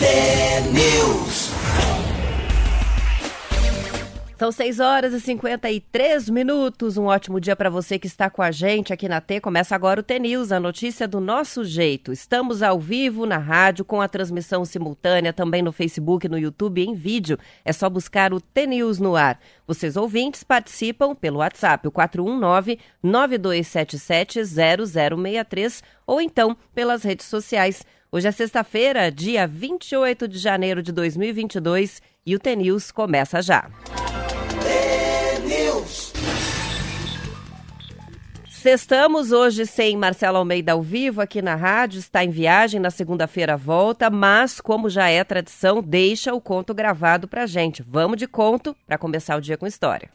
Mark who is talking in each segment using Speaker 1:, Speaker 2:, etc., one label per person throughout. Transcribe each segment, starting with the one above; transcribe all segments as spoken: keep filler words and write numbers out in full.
Speaker 1: T-News.
Speaker 2: São seis horas e cinquenta e três minutos. Um ótimo dia para você que está com a gente aqui na T. Começa agora o T-News, a notícia do nosso jeito. Estamos ao vivo na rádio com a transmissão simultânea, também no Facebook, no YouTube em vídeo. É só buscar o T-News no ar. Vocês ouvintes participam pelo WhatsApp, o quatro um nove, nove dois sete sete, zero zero seis três, ou então pelas redes sociais. Hoje é sexta-feira, dia vinte e oito de janeiro de dois mil e vinte e dois, e o T-News começa já. Sextamos hoje sem Marcelo Almeida ao vivo aqui na rádio, está em viagem, na segunda-feira volta, mas como já é tradição, deixa o conto gravado pra gente. Vamos de conto para começar o dia com história.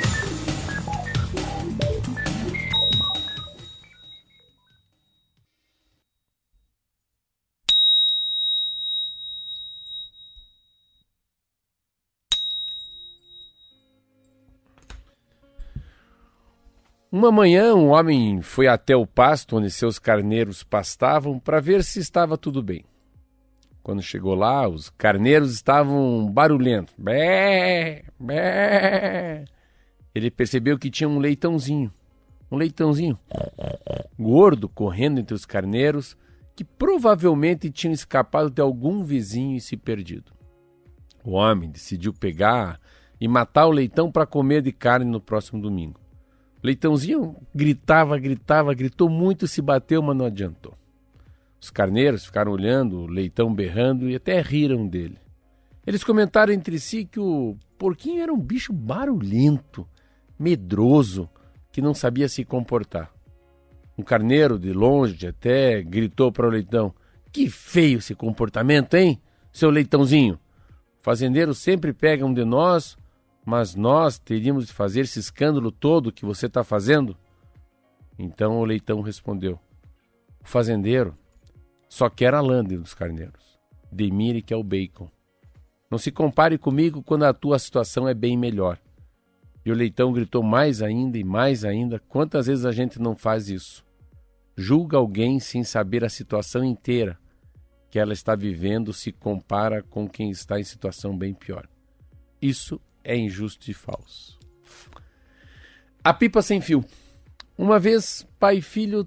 Speaker 3: Uma manhã, um homem foi até o pasto onde seus carneiros pastavam para ver se estava tudo bem. Quando chegou lá, os carneiros estavam barulhentos. Bé, bé. Ele percebeu que tinha um leitãozinho, um leitãozinho gordo correndo entre os carneiros, que provavelmente tinham escapado de algum vizinho e se perdido. O homem decidiu pegar e matar o leitão para comer de carne no próximo domingo. O leitãozinho gritava, gritava, gritou muito, se bateu, mas não adiantou. Os carneiros ficaram olhando o leitão berrando e até riram dele. Eles comentaram entre si que o porquinho era um bicho barulhento, medroso, que não sabia se comportar. Um carneiro de longe até gritou para o leitão: "Que feio esse comportamento, hein, seu leitãozinho? O fazendeiro sempre pega um de nós, mas nós teríamos de fazer esse escândalo todo que você está fazendo?" Então o leitão respondeu: "O fazendeiro só quer a lã dos carneiros. Demire que é o bacon. Não se compare comigo quando a tua situação é bem melhor." E o leitão gritou mais ainda e mais ainda: "Quantas vezes a gente não faz isso? Julga alguém sem saber a situação inteira que ela está vivendo, se compara com quem está em situação bem pior. Isso é injusto e falso." A pipa sem fio. Uma vez, pai e filho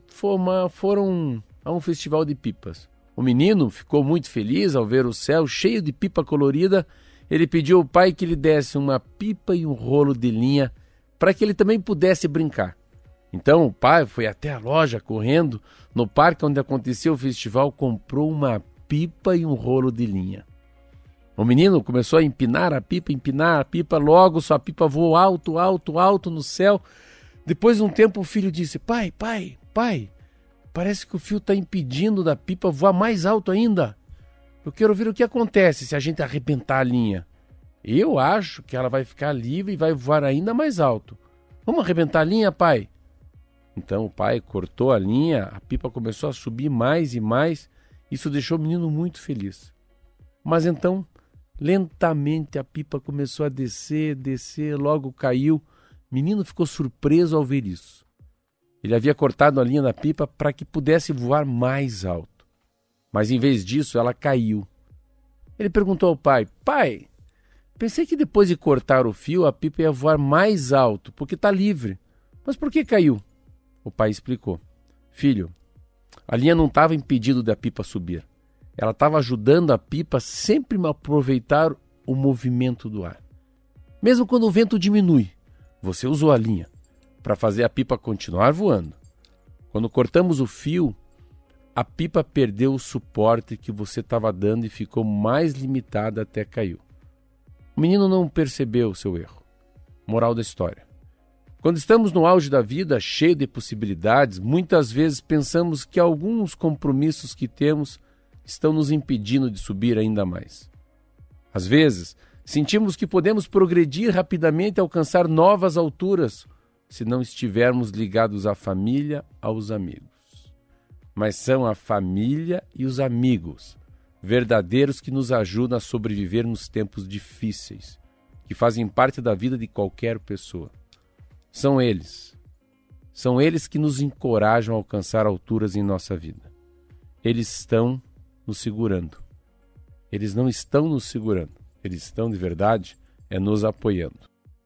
Speaker 3: foram a um festival de pipas. O menino ficou muito feliz ao ver o céu cheio de pipa colorida. Ele pediu ao pai que lhe desse uma pipa e um rolo de linha para que ele também pudesse brincar. Então o pai foi até a loja correndo. No parque onde acontecia o festival, comprou uma pipa e um rolo de linha. O menino começou a empinar a pipa, empinar a pipa, logo sua pipa voou alto, alto, alto no céu. Depois de um tempo o filho disse: "Pai, pai, pai, parece que o fio está impedindo da pipa voar mais alto ainda. Eu quero ver o que acontece se a gente arrebentar a linha. Eu acho que ela vai ficar livre e vai voar ainda mais alto. Vamos arrebentar a linha, pai?" Então o pai cortou a linha, a pipa começou a subir mais e mais. Isso deixou o menino muito feliz. Mas então, lentamente a pipa começou a descer, descer, logo caiu. O menino ficou surpreso ao ver isso. Ele havia cortado a linha da pipa para que pudesse voar mais alto. Mas em vez disso, ela caiu. Ele perguntou ao pai: "Pai, pensei que depois de cortar o fio, a pipa ia voar mais alto, porque está livre. Mas por que caiu?" O pai explicou: "Filho, a linha não estava impedindo da pipa subir. Ela estava ajudando a pipa sempre a aproveitar o movimento do ar. Mesmo quando o vento diminui, você usou a linha para fazer a pipa continuar voando. Quando cortamos o fio, a pipa perdeu o suporte que você estava dando e ficou mais limitada até caiu." O menino não percebeu o seu erro. Moral da história: quando estamos no auge da vida, cheio de possibilidades, muitas vezes pensamos que alguns compromissos que temos estão nos impedindo de subir ainda mais. Às vezes, sentimos que podemos progredir rapidamente e alcançar novas alturas se não estivermos ligados à família, aos amigos. Mas são a família e os amigos verdadeiros que nos ajudam a sobreviver nos tempos difíceis, que fazem parte da vida de qualquer pessoa. São eles. São eles que nos encorajam a alcançar alturas em nossa vida. Eles estão nos segurando. Eles não estão nos segurando, eles estão de verdade é nos apoiando.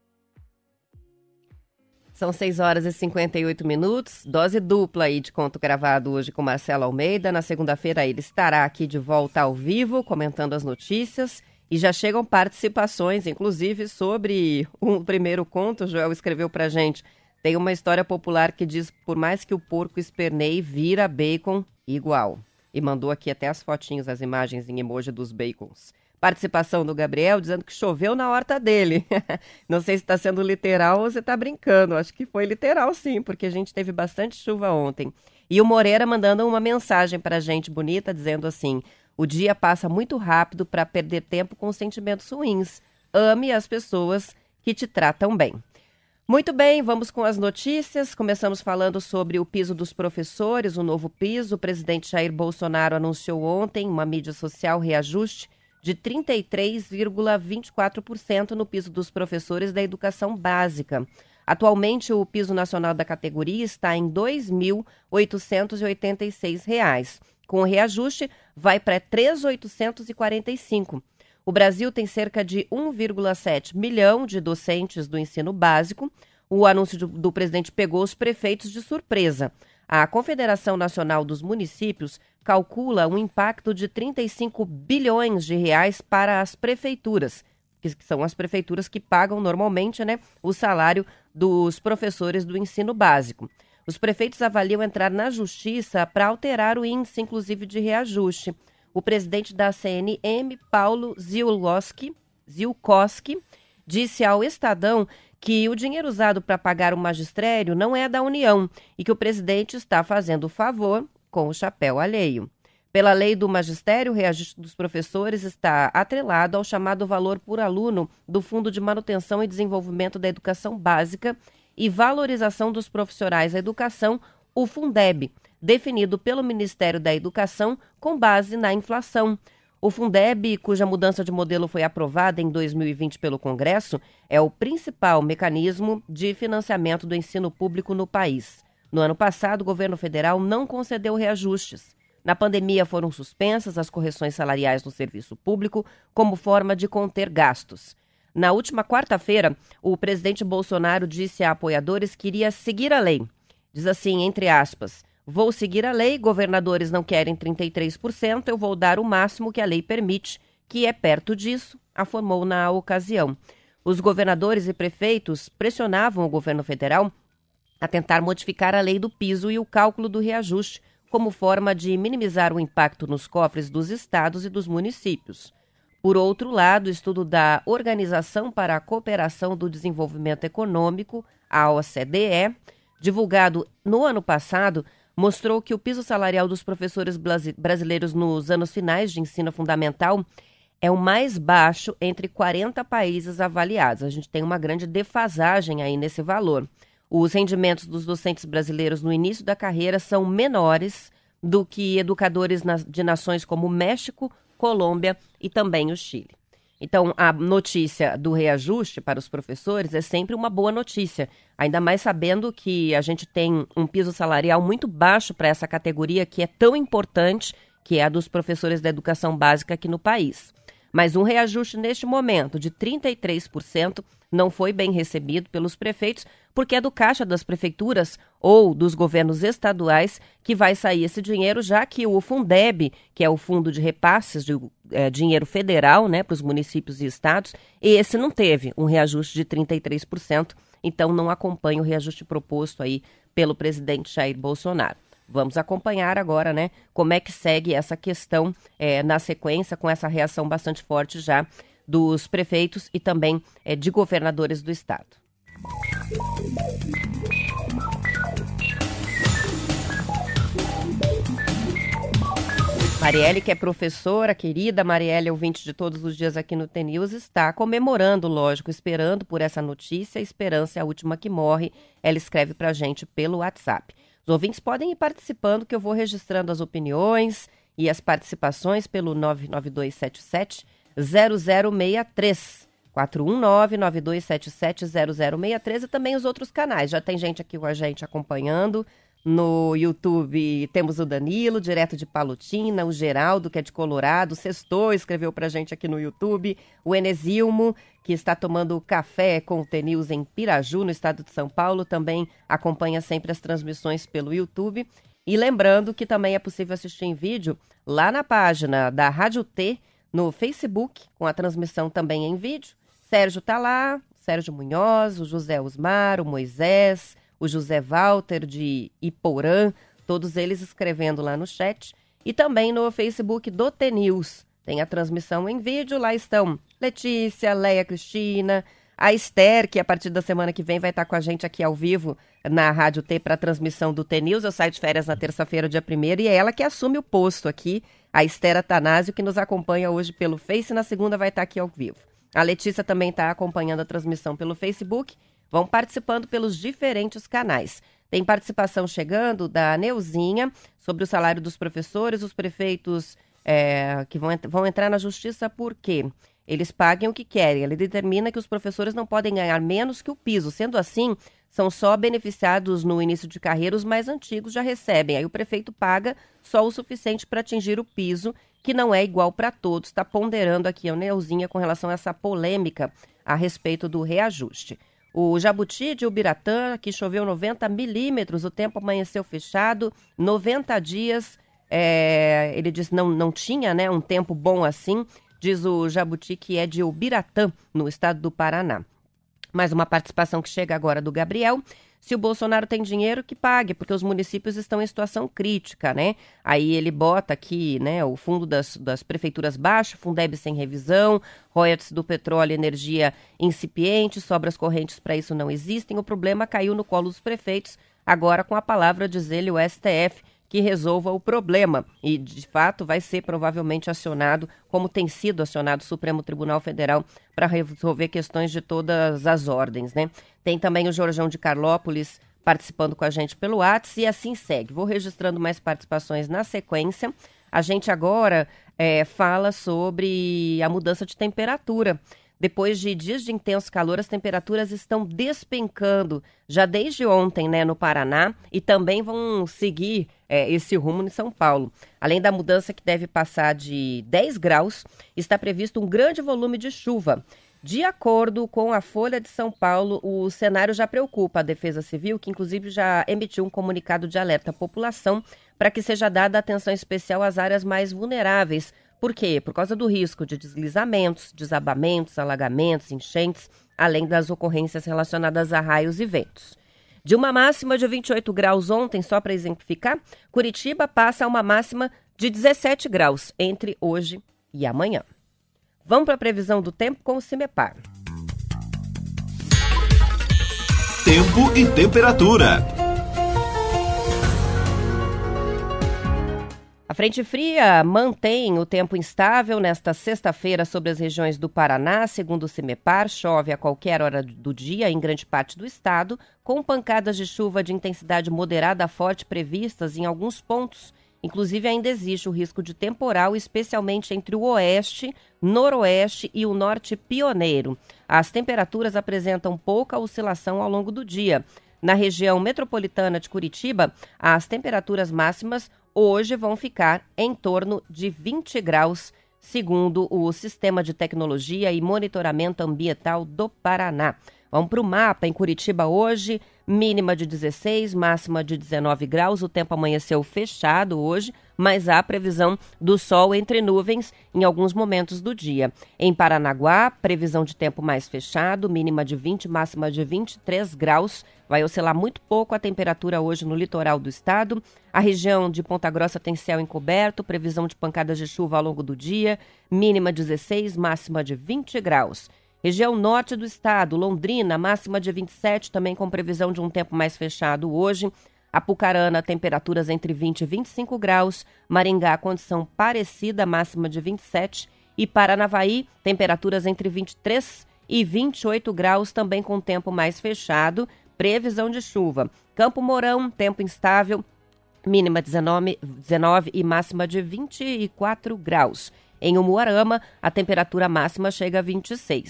Speaker 2: São seis horas e cinquenta e oito minutos, dose dupla aí de conto gravado hoje com Marcelo Almeida. Na segunda-feira ele estará aqui de volta ao vivo, comentando as notícias. E já chegam participações, inclusive, sobre o primeiro conto. O Joel escreveu pra gente. Tem uma história popular que diz: por mais que o porco esperneie, vira bacon igual. E mandou aqui até as fotinhos, as imagens em emoji dos bacons. Participação do Gabriel dizendo que choveu na horta dele. Não sei se está sendo literal ou se está brincando. Acho que foi literal sim, porque a gente teve bastante chuva ontem. E o Moreira mandando uma mensagem para a gente bonita, dizendo assim: o dia passa muito rápido para perder tempo com sentimentos ruins. Ame as pessoas que te tratam bem. Muito bem, vamos com as notícias. Começamos falando sobre o piso dos professores, o novo piso. O presidente Jair Bolsonaro anunciou ontem uma mídia social reajuste de trinta e três vírgula vinte e quatro por cento no piso dos professores da educação básica. Atualmente, o piso nacional da categoria está em dois mil oitocentos e oitenta e seis reais. Com o reajuste, vai para três mil oitocentos e quarenta e cinco reais. O Brasil tem cerca de um vírgula sete milhão de docentes do ensino básico. O anúncio do, do presidente pegou os prefeitos de surpresa. A Confederação Nacional dos Municípios calcula um impacto de trinta e cinco bilhões de reais para as prefeituras, que são as prefeituras que pagam normalmente, né, o salário dos professores do ensino básico. Os prefeitos avaliam entrar na justiça para alterar o índice, inclusive, de reajuste. O presidente da C N M, Paulo Ziolkowski, Ziolkowski, disse ao Estadão que o dinheiro usado para pagar o magistério não é da União e que o presidente está fazendo o favor com o chapéu alheio. Pela lei do magistério, o reajuste dos professores está atrelado ao chamado valor por aluno do Fundo de Manutenção e Desenvolvimento da Educação Básica e Valorização dos Profissionais da Educação, o Fundeb, definido pelo Ministério da Educação com base na inflação. O Fundeb, cuja mudança de modelo foi aprovada em dois mil e vinte pelo Congresso, é o principal mecanismo de financiamento do ensino público no país. No ano passado, o governo federal não concedeu reajustes. Na pandemia, foram suspensas as correções salariais no serviço público como forma de conter gastos. Na última quarta-feira, o presidente Bolsonaro disse a apoiadores que iria seguir a lei. Diz assim, entre aspas: vou seguir a lei, governadores não querem trinta e três por cento, eu vou dar o máximo que a lei permite, que é perto disso, afirmou na ocasião. Os governadores e prefeitos pressionavam o governo federal a tentar modificar a lei do piso e o cálculo do reajuste, como forma de minimizar o impacto nos cofres dos estados e dos municípios. Por outro lado, o estudo da Organização para a Cooperação do Desenvolvimento Econômico, a O C D E, divulgado no ano passado, mostrou que o piso salarial dos professores brasileiros nos anos finais de ensino fundamental é o mais baixo entre quarenta países avaliados. A gente tem uma grande defasagem aí nesse valor. Os rendimentos dos docentes brasileiros no início da carreira são menores do que educadores de nações como México, Colômbia e também o Chile. Então, a notícia do reajuste para os professores é sempre uma boa notícia, ainda mais sabendo que a gente tem um piso salarial muito baixo para essa categoria que é tão importante, que é a dos professores da educação básica aqui no país. Mas um reajuste neste momento de trinta e três por cento não foi bem recebido pelos prefeitos, porque é do caixa das prefeituras ou dos governos estaduais que vai sair esse dinheiro, já que o Fundeb, que é o fundo de repasses de é, dinheiro federal, né, para os municípios e estados, esse não teve um reajuste de trinta e três por cento, então não acompanha o reajuste proposto aí pelo presidente Jair Bolsonaro. Vamos acompanhar agora, né, como é que segue essa questão é, na sequência, com essa reação bastante forte já dos prefeitos e também é, de governadores do estado. Marielle, que é professora, querida Marielle, ouvinte de todos os dias aqui no T News, está comemorando, lógico, esperando por essa notícia. Esperança é a última que morre. Ela escreve pra gente pelo WhatsApp. Os ouvintes podem ir participando, que eu vou registrando as opiniões e as participações pelo nove nove dois sete sete zero zero seis três. quatro um nove, nove dois sete sete, zero zero seis três e também os outros canais. Já tem gente aqui com a gente acompanhando No YouTube temos o Danilo, direto de Palotina, o Geraldo, que é de Colorado, o Sextou escreveu pra gente aqui no YouTube, o Enesilmo, que está tomando café com o T-News em Piraju, no estado de São Paulo, também acompanha sempre as transmissões pelo YouTube. E lembrando que também é possível assistir em vídeo lá na página da Rádio T, no Facebook, com a transmissão também em vídeo. Sérgio tá lá, Sérgio Munhoz, o José Osmar, o Moisés, o José Walter de Iporã, todos eles escrevendo lá no chat. E também no Facebook do T-News. Tem a transmissão em vídeo, lá estão Letícia, Leia Cristina, a Esther, que a partir da semana que vem vai estar com a gente aqui ao vivo na Rádio T para a transmissão do T-News. Eu saio de férias na terça-feira, dia primeiro, e é ela que assume o posto aqui, a Esther Atanásio, que nos acompanha hoje pelo Face, e na segunda vai estar aqui ao vivo. A Letícia também está acompanhando a transmissão pelo Facebook. Vão participando pelos diferentes canais. Tem participação chegando da Neuzinha sobre o salário dos professores, os prefeitos é, que vão, vão entrar na justiça por quê? Eles paguem o que querem. Ele determina que os professores não podem ganhar menos que o piso. Sendo assim, são só beneficiados no início de carreira, os mais antigos já recebem. Aí o prefeito paga só o suficiente para atingir o piso, que não é igual para todos. Está ponderando aqui a Neuzinha com relação a essa polêmica a respeito do reajuste. O Jabuti de Ubiratã, aqui choveu noventa milímetros, o tempo amanheceu fechado, noventa dias, é, ele diz não não tinha, né, um tempo bom assim, diz o Jabuti, que é de Ubiratã, no estado do Paraná. Mais uma participação que chega agora do Gabriel. Se o Bolsonaro tem dinheiro, que pague, porque os municípios estão em situação crítica, né? Aí ele bota aqui, né, o fundo das, das prefeituras baixo, Fundeb sem revisão, royalties do petróleo e energia incipiente, sobras correntes para isso não existem. O problema caiu no colo dos prefeitos, agora com a palavra, diz ele, o S T F, que resolva o problema. E, de fato, vai ser provavelmente acionado, como tem sido acionado o Supremo Tribunal Federal para resolver questões de todas as ordens, né? Tem também o Jorjão de Carlópolis participando com a gente pelo WhatsApp e assim segue. Vou registrando mais participações na sequência. A gente agora é, fala sobre a mudança de temperatura. Depois de dias de intenso calor, as temperaturas estão despencando já desde ontem, né, no Paraná, e também vão seguir é, esse rumo em São Paulo. Além da mudança que deve passar de dez graus, está previsto um grande volume de chuva. De acordo com a Folha de São Paulo, o cenário já preocupa a Defesa Civil, que inclusive já emitiu um comunicado de alerta à população para que seja dada atenção especial às áreas mais vulneráveis. Por quê? Por causa do risco de deslizamentos, desabamentos, alagamentos, enchentes, além das ocorrências relacionadas a raios e ventos. De uma máxima de vinte e oito graus ontem, só para exemplificar, Curitiba passa a uma máxima de dezessete graus entre hoje e amanhã. Vamos para a previsão do tempo com o Cimepar.
Speaker 1: Tempo e temperatura.
Speaker 2: A frente fria mantém o tempo instável nesta sexta-feira sobre as regiões do Paraná. Segundo o Cimepar, chove a qualquer hora do dia em grande parte do estado, com pancadas de chuva de intensidade moderada a forte previstas em alguns pontos. Inclusive, ainda existe o risco de temporal, especialmente entre o oeste, noroeste e o norte pioneiro. As temperaturas apresentam pouca oscilação ao longo do dia. Na região metropolitana de Curitiba, as temperaturas máximas hoje vão ficar em torno de vinte graus, segundo o Sistema de Tecnologia e Monitoramento Ambiental do Paraná. Vamos para o mapa. Em Curitiba hoje, mínima de dezesseis, máxima de dezenove graus. O tempo amanheceu fechado hoje, mas há previsão do sol entre nuvens em alguns momentos do dia. Em Paranaguá, previsão de tempo mais fechado, mínima de vinte, máxima de vinte e três graus. Vai oscilar muito pouco a temperatura hoje no litoral do estado. A região de Ponta Grossa tem céu encoberto, previsão de pancadas de chuva ao longo do dia, mínima dezesseis, máxima de vinte graus. Região norte do estado, Londrina, máxima de vinte e sete, também com previsão de um tempo mais fechado hoje. Apucarana, temperaturas entre vinte e vinte e cinco graus. Maringá, condição parecida, máxima de vinte e sete. E Paranavaí, temperaturas entre vinte e três e vinte e oito graus, também com tempo mais fechado. Previsão de chuva. Campo Mourão, tempo instável, mínima dezenove, dezenove e máxima de vinte e quatro graus. Em Umuarama, a temperatura máxima chega a vinte e seis.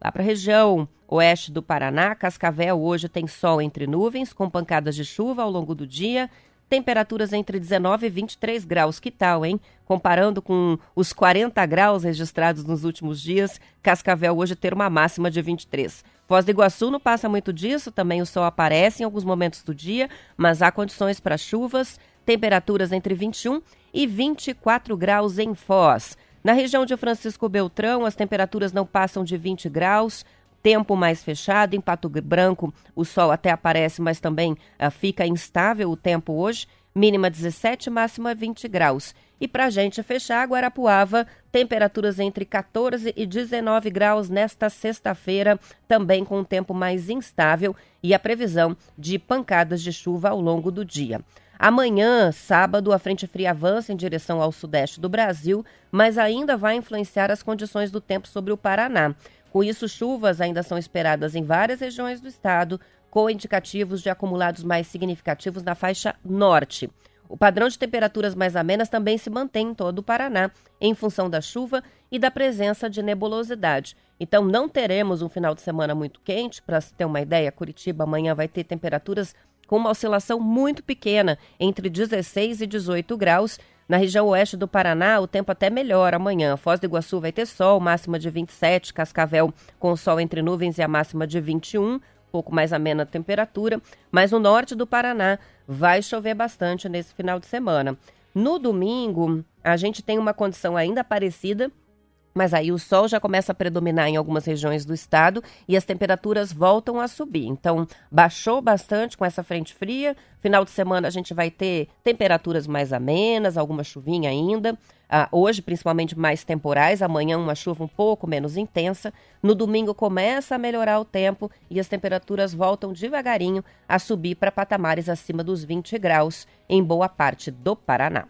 Speaker 2: Lá para a região oeste do Paraná, Cascavel hoje tem sol entre nuvens, com pancadas de chuva ao longo do dia, temperaturas entre dezenove e vinte e três graus. Que tal, hein? Comparando com os quarenta graus registrados nos últimos dias, Cascavel hoje ter uma máxima de vinte e três. Foz do Iguaçu não passa muito disso, também o sol aparece em alguns momentos do dia, mas há condições para chuvas, temperaturas entre vinte e um e vinte e quatro graus em Foz. Na região de Francisco Beltrão, as temperaturas não passam de vinte graus, tempo mais fechado. Em Pato Branco, o sol até aparece, mas também uh, fica instável o tempo hoje, mínima dezessete, máxima vinte graus. E para a gente fechar, Guarapuava, temperaturas entre quatorze e dezenove graus nesta sexta-feira, também com um tempo mais instável e a previsão de pancadas de chuva ao longo do dia. Amanhã, sábado, a frente fria avança em direção ao sudeste do Brasil, mas ainda vai influenciar as condições do tempo sobre o Paraná. Com isso, chuvas ainda são esperadas em várias regiões do estado, com indicativos de acumulados mais significativos na faixa norte. O padrão de temperaturas mais amenas também se mantém em todo o Paraná, em função da chuva e da presença de nebulosidade. Então, não teremos um final de semana muito quente. Para se ter uma ideia, Curitiba amanhã vai ter temperaturas com uma oscilação muito pequena, entre dezesseis e dezoito graus. Na região oeste do Paraná, o tempo até melhora amanhã. Foz do Iguaçu vai ter sol, máxima de vinte e sete, Cascavel com sol entre nuvens e a máxima de vinte e um, pouco mais amena a temperatura, mas no norte do Paraná vai chover bastante nesse final de semana. No domingo, a gente tem uma condição ainda parecida, mas aí o sol já começa a predominar em algumas regiões do estado e as temperaturas voltam a subir. Então, baixou bastante com essa frente fria. Final de semana a gente vai ter temperaturas mais amenas, alguma chuvinha ainda. Ah, hoje, principalmente, mais temporais. Amanhã, uma chuva um pouco menos intensa. No domingo, começa a melhorar o tempo e as temperaturas voltam devagarinho a subir para patamares acima dos vinte graus em boa parte do Paraná.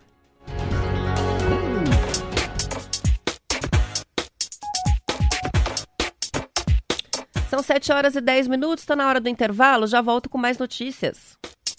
Speaker 2: São sete horas e dez minutos, está na hora do intervalo, já volto com mais notícias.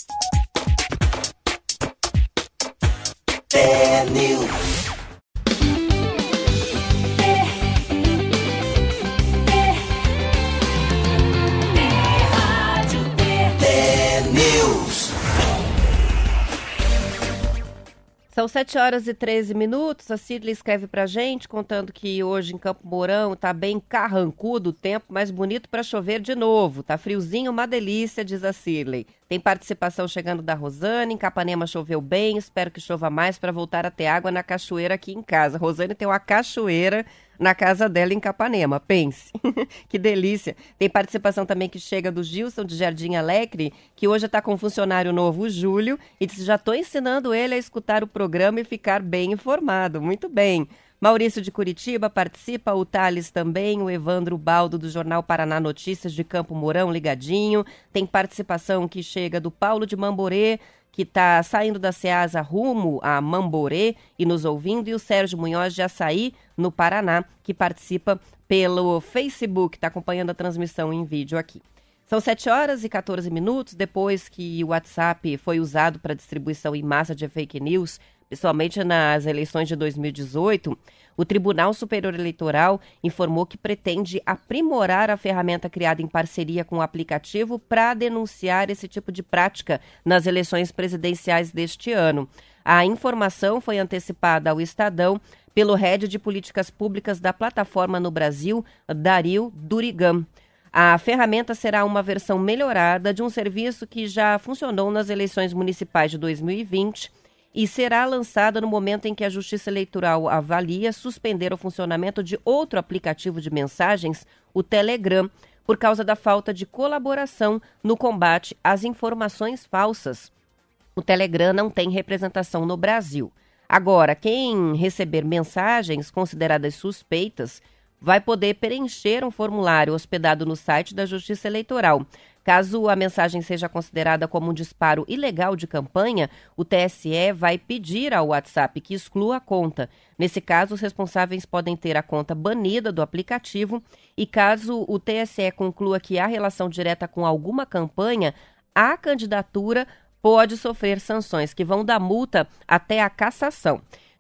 Speaker 2: São sete horas e treze minutos, a Cirlei escreve pra gente, contando que hoje em Campo Mourão tá bem carrancudo o tempo, mais bonito para chover de novo. Tá friozinho, uma delícia, diz a Cirlei. Tem participação chegando da Rosane, em Capanema choveu bem, espero que chova mais para voltar a ter água na cachoeira aqui em casa. Rosane tem uma cachoeira na casa dela em Capanema, pense. Que delícia. Tem participação também que chega do Gilson de Jardim Alegre, que hoje está com um funcionário novo, o Júlio, e diz, já estou ensinando ele a escutar o programa e ficar bem informado. Muito bem. Maurício de Curitiba participa, o Thales também, o Evandro Baldo do Jornal Paraná Notícias de Campo Mourão ligadinho. Tem participação que chega do Paulo de Mamborê, que está saindo da Ceasa rumo a Mamborê e nos ouvindo, e o Sérgio Munhoz de Açaí, no Paraná, que participa pelo Facebook, está acompanhando a transmissão em vídeo aqui. São sete horas e quatorze minutos, depois que o WhatsApp foi usado para distribuição em massa de fake news, principalmente nas eleições de dois mil e dezoito, o Tribunal Superior Eleitoral informou que pretende aprimorar a ferramenta criada em parceria com o aplicativo para denunciar esse tipo de prática nas eleições presidenciais deste ano. A informação foi antecipada ao Estadão pelo head de políticas públicas da plataforma no Brasil, Dario Durigan. A ferramenta será uma versão melhorada de um serviço que já funcionou nas eleições municipais de dois mil e vinte e será lançada no momento em que a Justiça Eleitoral avalia suspender o funcionamento de outro aplicativo de mensagens, o Telegram, por causa da falta de colaboração no combate às informações falsas. O Telegram não tem representação no Brasil. Agora, quem receber mensagens consideradas suspeitas vai poder preencher um formulário hospedado no site da Justiça Eleitoral. Caso a mensagem seja considerada como um disparo ilegal de campanha, o T S E vai pedir ao WhatsApp que exclua a conta. Nesse caso, os responsáveis podem ter a conta banida do aplicativo e caso o T S E conclua que há relação direta com alguma campanha, a candidatura pode sofrer sanções que vão da multa até a cassação.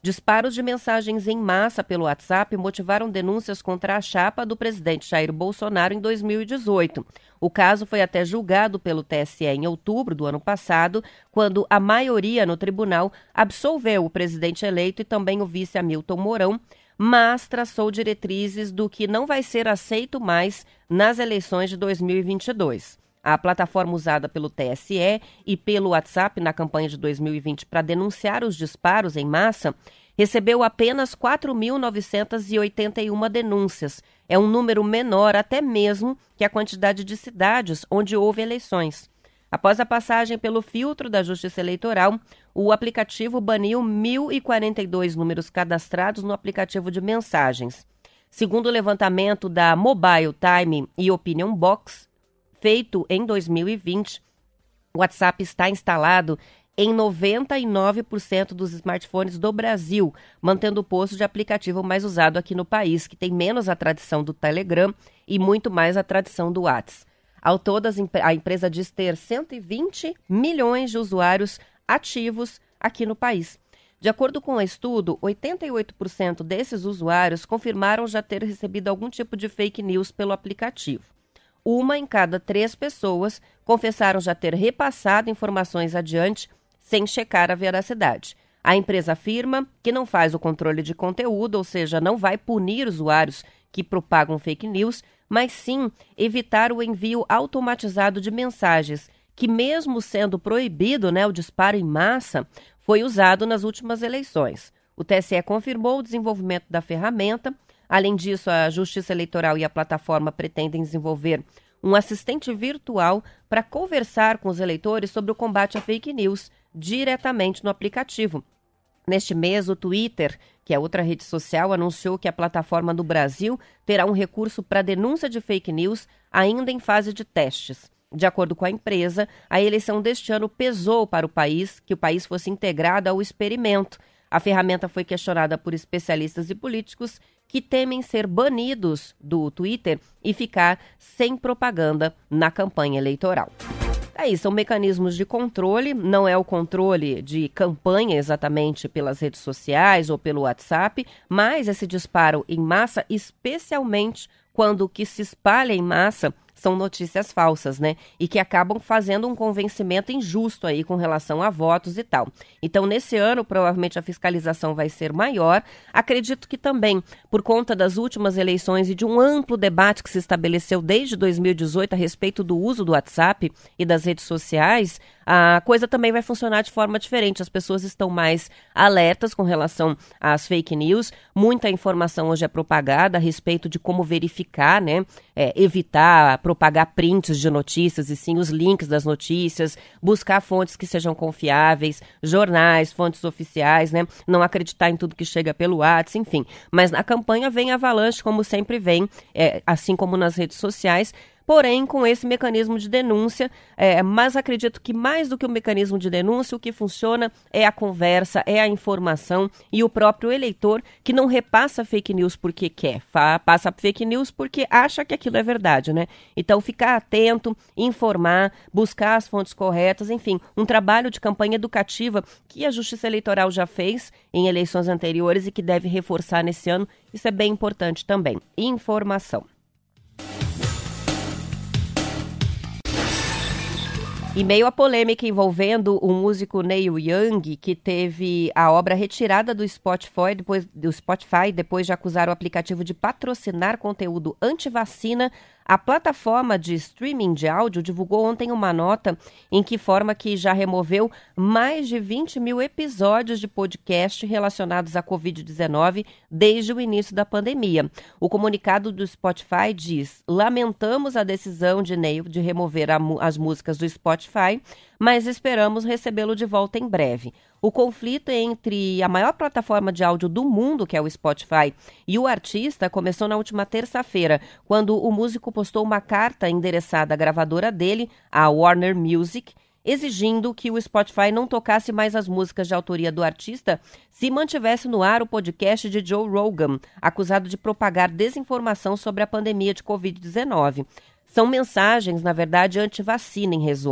Speaker 2: Disparos de mensagens em massa pelo WhatsApp motivaram denúncias contra a chapa do presidente Jair Bolsonaro em dois mil e dezoito. O caso foi até julgado pelo T S E em outubro do ano passado, quando a maioria no tribunal absolveu o presidente eleito e também o vice Hamilton Mourão, mas traçou diretrizes do que não vai ser aceito mais nas eleições de dois mil e vinte e dois. A plataforma usada pelo T S E e pelo WhatsApp na campanha de dois mil e vinte para denunciar os disparos em massa recebeu apenas quatro mil novecentas e oitenta e uma denúncias. É um número menor até mesmo que a quantidade de cidades onde houve eleições. Após a passagem pelo filtro da Justiça Eleitoral, o aplicativo baniu mil e quarenta e dois números cadastrados no aplicativo de mensagens. Segundo o levantamento da Mobile Time e Opinion Box, feito em dois mil e vinte, o WhatsApp está instalado em noventa e nove por cento dos smartphones do Brasil, mantendo o posto de aplicativo mais usado aqui no país, que tem menos a tradição do Telegram e muito mais a tradição do WhatsApp. Ao todo, a empresa diz ter cento e vinte milhões de usuários ativos aqui no país. De acordo com o estudo, oitenta e oito por cento desses usuários confirmaram já ter recebido algum tipo de fake news pelo aplicativo. Uma em cada três pessoas confessaram já ter repassado informações adiante sem checar a veracidade. A empresa afirma que não faz o controle de conteúdo, ou seja, não vai punir usuários que propagam fake news, mas sim evitar o envio automatizado de mensagens, que mesmo sendo proibido, né, o disparo em massa, foi usado nas últimas eleições. O T S E confirmou o desenvolvimento da ferramenta. Além disso, a Justiça Eleitoral e a plataforma pretendem desenvolver um assistente virtual para conversar com os eleitores sobre o combate à fake news diretamente no aplicativo. Neste mês, o Twitter, que é outra rede social, anunciou que a plataforma no Brasil terá um recurso para denúncia de fake news ainda em fase de testes. De acordo com a empresa, a eleição deste ano pesou para o país que o país fosse integrado ao experimento. A ferramenta foi questionada por especialistas e políticos que temem ser banidos do Twitter e ficar sem propaganda na campanha eleitoral. Aí, são mecanismos de controle, não é o controle de campanha exatamente pelas redes sociais ou pelo WhatsApp, mas esse disparo em massa, especialmente quando o que se espalha em massa são notícias falsas, né? E que acabam fazendo um convencimento injusto aí com relação a votos e tal. Então, nesse ano, provavelmente a fiscalização vai ser maior. Acredito que também, por conta das últimas eleições e de um amplo debate que se estabeleceu desde dois mil e dezoito a respeito do uso do WhatsApp e das redes sociais, a coisa também vai funcionar de forma diferente. As pessoas estão mais alertas com relação às fake news. Muita informação hoje é propagada a respeito de como verificar, né? É, evitar propagar prints de notícias e sim os links das notícias, buscar fontes que sejam confiáveis, jornais, fontes oficiais, né? Não acreditar em tudo que chega pelo WhatsApp, enfim. Mas na campanha vem avalanche, como sempre vem, é, assim como nas redes sociais, porém com esse mecanismo de denúncia, é, mas acredito que mais do que o mecanismo de denúncia, o que funciona é a conversa, é a informação e o próprio eleitor que não repassa fake news porque quer, fa- passa fake news porque acha que aquilo é verdade, né? Então ficar atento, informar, buscar as fontes corretas, enfim, um trabalho de campanha educativa que a Justiça Eleitoral já fez em eleições anteriores e que deve reforçar nesse ano, isso é bem importante também. Informação. Em meio à polêmica envolvendo o músico Neil Young, que teve a obra retirada do Spotify depois, do Spotify, depois de acusar o aplicativo de patrocinar conteúdo anti-vacina, a plataforma de streaming de áudio divulgou ontem uma nota em que informa que já removeu mais de vinte mil episódios de podcast relacionados à covid dezenove desde o início da pandemia. O comunicado do Spotify diz: lamentamos a decisão de Neil de remover a, as músicas do Spotify, mas esperamos recebê-lo de volta em breve. O conflito entre a maior plataforma de áudio do mundo, que é o Spotify, e o artista começou na última terça-feira, quando o músico postou uma carta endereçada à gravadora dele, a Warner Music, exigindo que o Spotify não tocasse mais as músicas de autoria do artista se mantivesse no ar o podcast de Joe Rogan, acusado de propagar desinformação sobre a pandemia de covid dezenove. São mensagens, na verdade, anti-vacina, em resumo.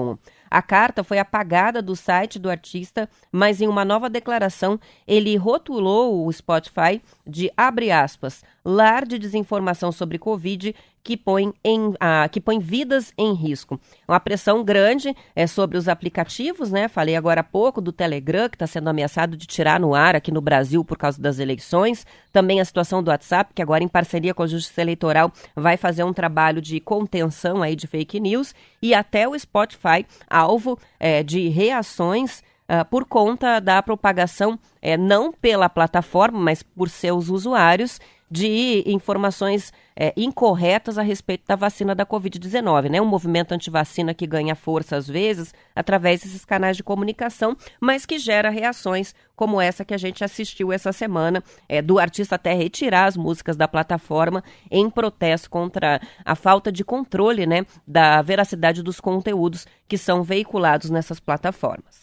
Speaker 2: A carta foi apagada do site do artista, mas em uma nova declaração ele rotulou o Spotify de, abre aspas, lar de desinformação sobre Covid que põe, em, ah, que põe vidas em risco. Uma pressão grande é sobre os aplicativos, né? Falei agora há pouco do Telegram, que está sendo ameaçado de tirar no ar aqui no Brasil por causa das eleições. Também a situação do WhatsApp, que agora em parceria com a Justiça Eleitoral vai fazer um trabalho de contenção aí de fake news. E até o Spotify, alvo é, de reações Uh, por conta da propagação, é, não pela plataforma, mas por seus usuários, de informações é, incorretas a respeito da vacina da covid dezenove, né? Um movimento antivacina que ganha força, às vezes, através desses canais de comunicação, mas que gera reações como essa que a gente assistiu essa semana, é, do artista até retirar as músicas da plataforma em protesto contra a falta de controle, né, da veracidade dos conteúdos que são veiculados nessas plataformas.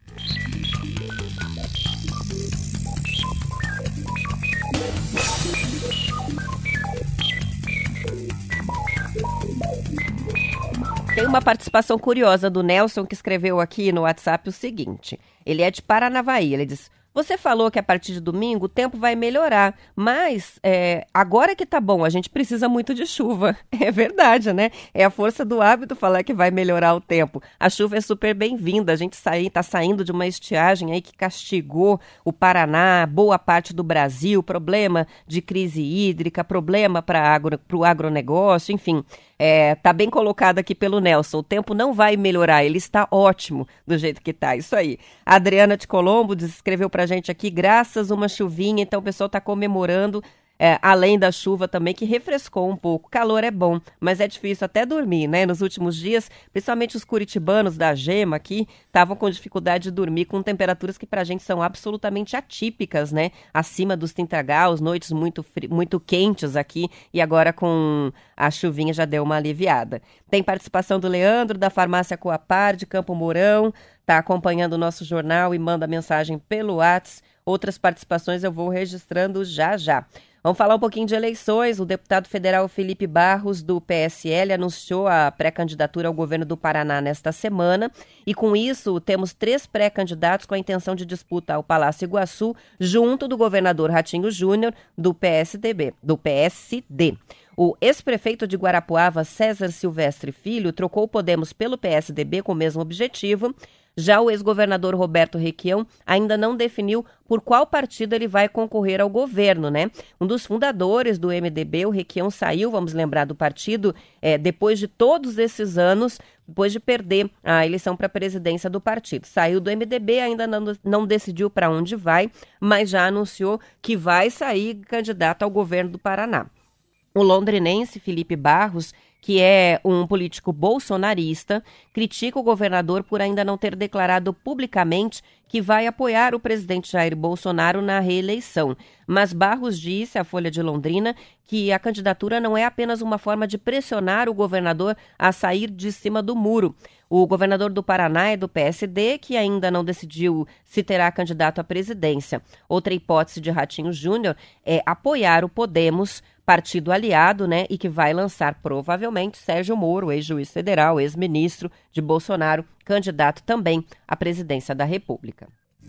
Speaker 2: Tem uma participação curiosa do Nelson, que escreveu aqui no WhatsApp o seguinte. Ele é de Paranavaí, ele diz: você falou que a partir de domingo o tempo vai melhorar, mas é, agora que tá bom, a gente precisa muito de chuva. É verdade, né? É a força do hábito falar que vai melhorar o tempo. A chuva é super bem-vinda, a gente sai, tá saindo de uma estiagem aí que castigou o Paraná, boa parte do Brasil, problema de crise hídrica, problema para agro, o agronegócio, enfim. É, tá bem colocado aqui pelo Nelson, o tempo não vai melhorar, ele está ótimo do jeito que tá, isso aí. A Adriana de Colombo escreveu pra gente aqui, graças a uma chuvinha, então o pessoal tá comemorando, é, além da chuva também, que refrescou um pouco. Calor é bom, mas é difícil até dormir, né? Nos últimos dias, principalmente os curitibanos da Gema aqui, estavam com dificuldade de dormir com temperaturas que pra gente são absolutamente atípicas, né? Acima dos trinta graus, noites muito, fri- muito quentes aqui, e agora com a chuvinha já deu uma aliviada. Tem participação do Leandro, da Farmácia Coapar, de Campo Mourão, tá acompanhando o nosso jornal e manda mensagem pelo WhatsApp. Outras participações eu vou registrando já já. Vamos falar um pouquinho de eleições. O deputado federal Felipe Barros, do P S L, anunciou a pré-candidatura ao governo do Paraná nesta semana. E com isso, temos três pré-candidatos com a intenção de disputa ao Palácio Iguaçu, junto do governador Ratinho Júnior, do P S D B, do P S D. O ex-prefeito de Guarapuava, César Silvestre Filho, trocou o Podemos pelo P S D B com o mesmo objetivo. Já o ex-governador Roberto Requião ainda não definiu por qual partido ele vai concorrer ao governo, né? Um dos fundadores do M D B, o Requião, saiu, vamos lembrar, do partido é, depois de todos esses anos, depois de perder a eleição para a presidência do partido. Saiu do M D B, ainda não, não decidiu para onde vai, mas já anunciou que vai sair candidato ao governo do Paraná. O londrinense Felipe Barros, que é um político bolsonarista, critica o governador por ainda não ter declarado publicamente que vai apoiar o presidente Jair Bolsonaro na reeleição. Mas Barros disse à Folha de Londrina que a candidatura não é apenas uma forma de pressionar o governador a sair de cima do muro. O governador do Paraná é do P S D, que ainda não decidiu se terá candidato à presidência. Outra hipótese de Ratinho Júnior é apoiar o Podemos, partido aliado, né, e que vai lançar provavelmente Sérgio Moro, ex-juiz federal, ex-ministro de Bolsonaro, candidato também à presidência da República.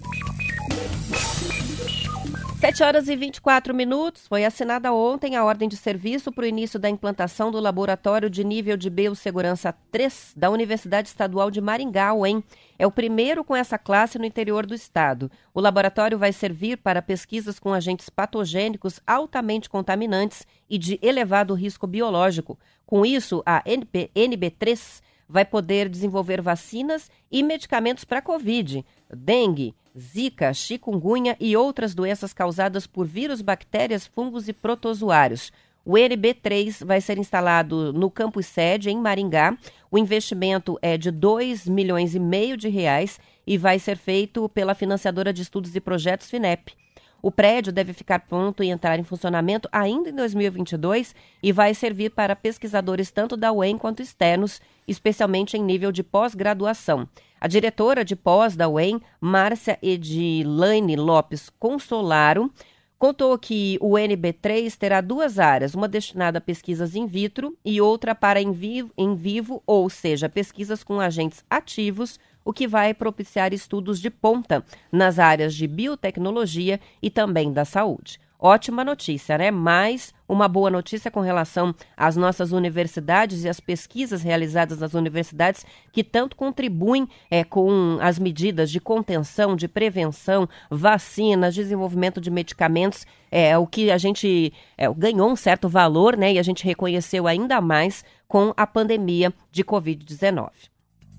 Speaker 2: sete horas e vinte e quatro minutos, foi assinada ontem a ordem de serviço para o início da implantação do Laboratório de Nível de Biossegurança três da Universidade Estadual de Maringá, U E M. É o primeiro com essa classe no interior do estado. O laboratório vai servir para pesquisas com agentes patogênicos altamente contaminantes e de elevado risco biológico. Com isso, a N B três vai poder desenvolver vacinas e medicamentos para Covid, dengue, zika, chikungunya e outras doenças causadas por vírus, bactérias, fungos e protozoários. O N B três vai ser instalado no campus sede, em Maringá. O investimento é de dois milhões e meio de reais e vai ser feito pela financiadora de estudos e projetos FINEP. O prédio deve ficar pronto e entrar em funcionamento ainda em dois mil e vinte e dois e vai servir para pesquisadores tanto da U E M quanto externos, especialmente em nível de pós-graduação. A diretora de pós da U E M, Márcia Edilane Lopes Consolaro, contou que o N B três terá duas áreas, uma destinada a pesquisas in vitro e outra para em vivo, em vivo, ou seja, pesquisas com agentes ativos, o que vai propiciar estudos de ponta nas áreas de biotecnologia e também da saúde. Ótima notícia, né? Mais uma boa notícia com relação às nossas universidades e às pesquisas realizadas nas universidades que tanto contribuem é, com as medidas de contenção, de prevenção, vacinas, desenvolvimento de medicamentos, é, o que a gente é, ganhou um certo valor, né? E a gente reconheceu ainda mais com a pandemia de covid dezenove.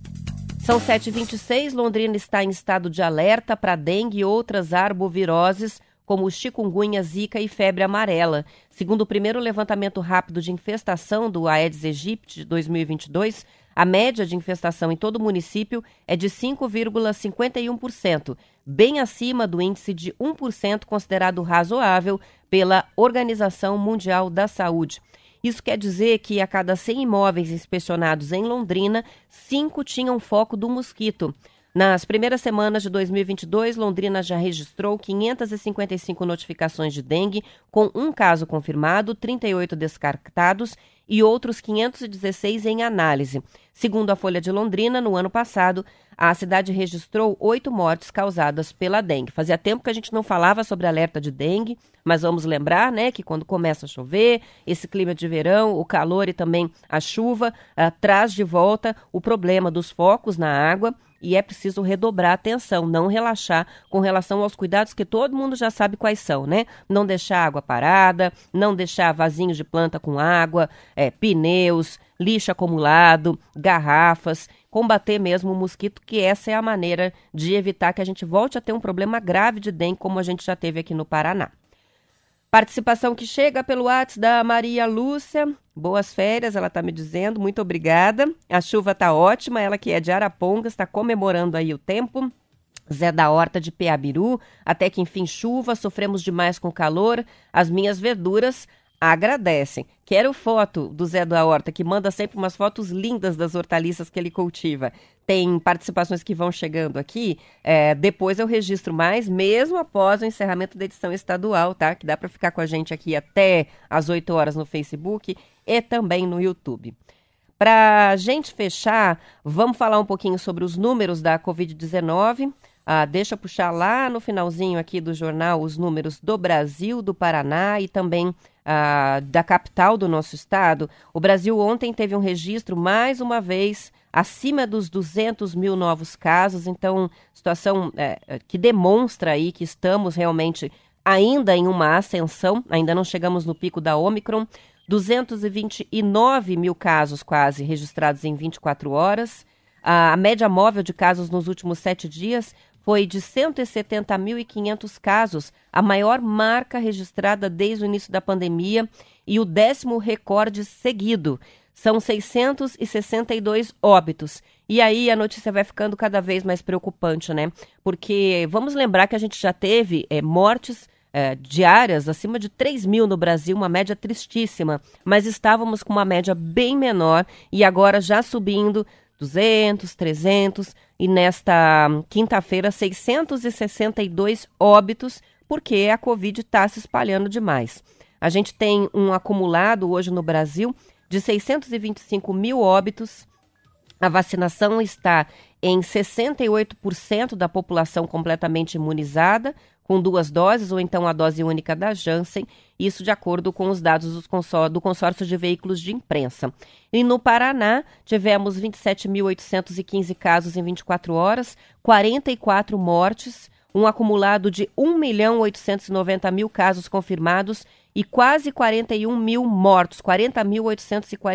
Speaker 2: São sete e vinte e seis, Londrina está em estado de alerta para dengue e outras arboviroses, como chikungunya, zika e febre amarela. Segundo o primeiro levantamento rápido de infestação do Aedes aegypti de dois mil e vinte e dois, a média de infestação em todo o município é de cinco vírgula cinquenta e um por cento, bem acima do índice de um por cento considerado razoável pela Organização Mundial da Saúde. Isso quer dizer que a cada cem imóveis inspecionados em Londrina, cinco tinham foco do mosquito. Nas primeiras semanas de dois mil e vinte e dois, Londrina já registrou quinhentas e cinquenta e cinco notificações de dengue, com um caso confirmado, trinta e oito descartados e outros quinhentos e dezesseis em análise. Segundo a Folha de Londrina, no ano passado, a cidade registrou oito mortes causadas pela dengue. Fazia tempo que a gente não falava sobre alerta de dengue, mas vamos lembrar, né, que quando começa a chover, esse clima de verão, o calor e também a chuva, uh, traz de volta o problema dos focos na água. E é preciso redobrar a atenção, não relaxar com relação aos cuidados que todo mundo já sabe quais são, né? Não deixar água parada, não deixar vasinhos de planta com água, é, pneus, lixo acumulado, garrafas, combater mesmo o mosquito, que essa é a maneira de evitar que a gente volte a ter um problema grave de dengue, como a gente já teve aqui no Paraná. Participação que chega pelo WhatsApp da Maria Lúcia. Boas férias, ela está me dizendo. Muito obrigada. A chuva está ótima. Ela que é de Arapongas, está comemorando aí o tempo. Zé da Horta de Peabiru. Até que enfim chuva, sofremos demais com o calor. As minhas verduras agradecem. Quero foto do Zé da Horta, que manda sempre umas fotos lindas das hortaliças que ele cultiva. Tem participações que vão chegando aqui, é, depois eu registro mais, mesmo após o encerramento da edição estadual, tá? Que dá para ficar com a gente aqui até às oito horas no Facebook e também no YouTube. Para a gente fechar, vamos falar um pouquinho sobre os números da covid dezenove. Ah, deixa eu puxar lá no finalzinho aqui do jornal os números do Brasil, do Paraná e também ah, da capital do nosso estado. O Brasil ontem teve um registro, mais uma vez, acima dos duzentos mil novos casos. Então, situação é, que demonstra aí que estamos realmente ainda em uma ascensão, ainda não chegamos no pico da Ômicron. duzentos e vinte e nove mil casos quase registrados em vinte e quatro horas. A média móvel de casos nos últimos sete dias foi de cento e setenta mil e quinhentos casos, a maior marca registrada desde o início da pandemia e o décimo recorde seguido. São seiscentos e sessenta e dois óbitos. E aí a notícia vai ficando cada vez mais preocupante, né? Porque vamos lembrar que a gente já teve é, mortes é, diárias acima de três mil no Brasil, uma média tristíssima. Mas estávamos com uma média bem menor e agora já subindo duzentos, trezentos e nesta quinta-feira seiscentos e sessenta e dois óbitos, porque a Covid está se espalhando demais. A gente tem um acumulado hoje no Brasil de seiscentos e vinte e cinco mil óbitos. A vacinação está em sessenta e oito por cento da população completamente imunizada, com duas doses ou então a dose única da Janssen, isso de acordo com os dados do consórcio, do consórcio de veículos de imprensa. E no Paraná, tivemos vinte e sete mil oitocentos e quinze casos em vinte e quatro horas, quarenta e quatro mortes, um acumulado de um milhão oitocentos e noventa mil casos confirmados e quase quarenta e um mil mortos, quarenta mil oitocentos e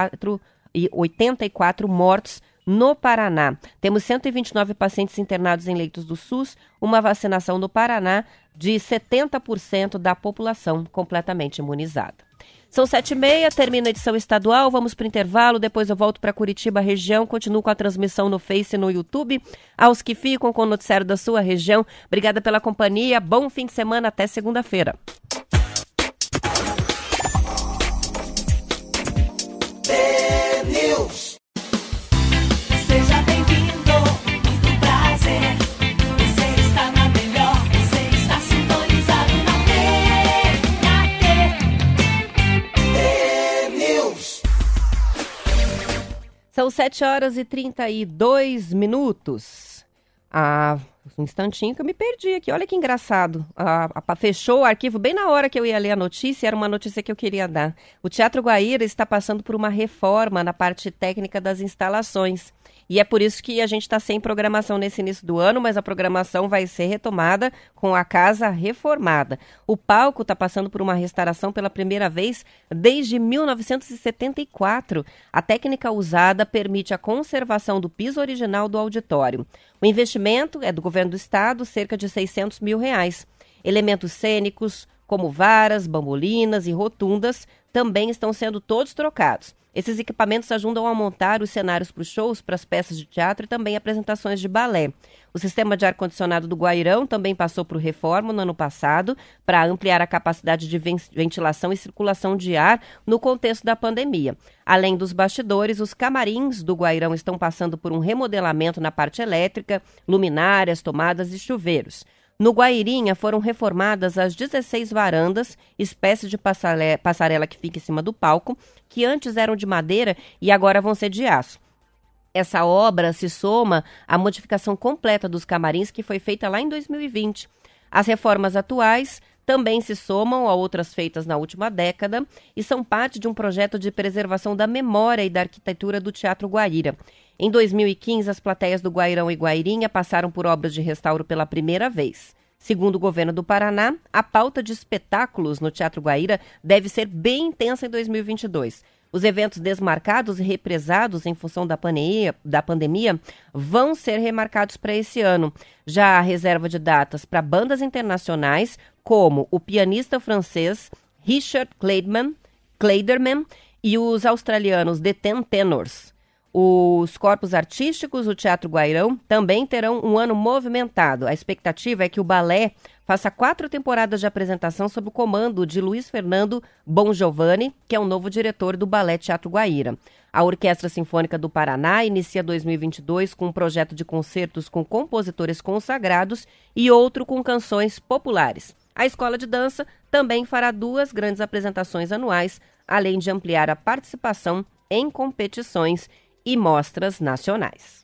Speaker 2: oitenta e quatro mortos no Paraná. Temos cento e vinte e nove pacientes internados em leitos do SUS, uma vacinação no Paraná de setenta por cento da população completamente imunizada. São sete e meia, termina a edição estadual, vamos para o intervalo, depois eu volto para Curitiba, região, continuo com a transmissão no Face e no YouTube. Aos que ficam com o noticiário da sua região, obrigada pela companhia, bom fim de semana, até segunda-feira.
Speaker 4: Seja bem-vindo, muito prazer. Você está na melhor, você está sintonizado na T.
Speaker 2: sete horas e trinta e dois minutos. Ah, um instantinho que eu me perdi aqui. Olha que engraçado. Ah, a, fechou o arquivo bem na hora que eu ia ler a notícia. Era uma notícia que eu queria dar. O Teatro Guaíra está passando por uma reforma na parte técnica das instalações. E é por isso que a gente está sem programação nesse início do ano, mas a programação vai ser retomada com a casa reformada. O palco está passando por uma restauração pela primeira vez desde mil novecentos e setenta e quatro. A técnica usada permite a conservação do piso original do auditório. O investimento é do governo do estado, cerca de seiscentos mil reais. Elementos cênicos, como varas, bambolinas e rotundas, também estão sendo todos trocados. Esses equipamentos ajudam a montar os cenários para os shows, para as peças de teatro e também apresentações de balé. O sistema de ar-condicionado do Guairão também passou por reforma no ano passado para ampliar a capacidade de ventilação e circulação de ar no contexto da pandemia. Além dos bastidores, os camarins do Guairão estão passando por um remodelamento na parte elétrica, luminárias, tomadas e chuveiros. No Guairinha foram reformadas as dezesseis varandas, espécie de passarela que fica em cima do palco, que antes eram de madeira e agora vão ser de aço. Essa obra se soma à modificação completa dos camarins que foi feita lá em dois mil e vinte. As reformas atuais também se somam a outras feitas na última década e são parte de um projeto de preservação da memória e da arquitetura do Teatro Guaíra. Em dois mil e quinze, as plateias do Guairão e Guairinha passaram por obras de restauro pela primeira vez. Segundo o governo do Paraná, a pauta de espetáculos no Teatro Guaíra deve ser bem intensa em dois mil e vinte e dois. Os eventos desmarcados e represados em função da pandemia, da pandemia vão ser remarcados para esse ano. Já há reserva de datas para bandas internacionais, como o pianista francês Richard Clayderman, Clayderman e os australianos The Ten Tenors. Os corpos artísticos do Teatro Guairão também terão um ano movimentado. A expectativa é que o balé faça quatro temporadas de apresentação sob o comando de Luiz Fernando Bongiovanni, que é o novo diretor do Balé Teatro Guaíra. A Orquestra Sinfônica do Paraná inicia dois mil e vinte e dois com um projeto de concertos com compositores consagrados e outro com canções populares. A Escola de Dança também fará duas grandes apresentações anuais, além de ampliar a participação em competições e mostras nacionais.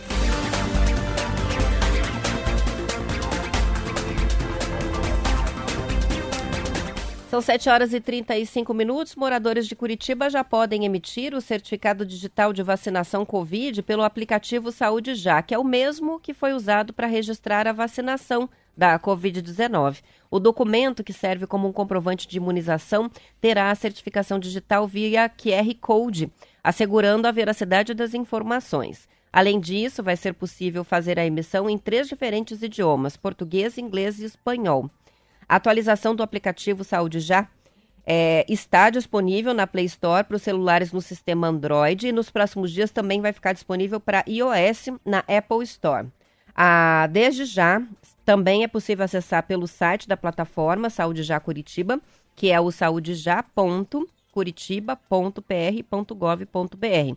Speaker 2: São sete horas e trinta e cinco minutos. Moradores de Curitiba já podem emitir o certificado digital de vacinação Covid pelo aplicativo Saúde Já, que é o mesmo que foi usado para registrar a vacinação da covid dezenove. O documento, que serve como um comprovante de imunização, terá a certificação digital via Q R Code, assegurando a veracidade das informações. Além disso, vai ser possível fazer a emissão em três diferentes idiomas, português, inglês e espanhol. A atualização do aplicativo Saúde Já é, está disponível na Play Store para os celulares no sistema Android e nos próximos dias também vai ficar disponível para iOS na Apple Store. Ah, desde já, também é possível acessar pelo site da plataforma Saúde Já Curitiba, que é o saudejá ponto curitiba ponto p r ponto gov ponto b r.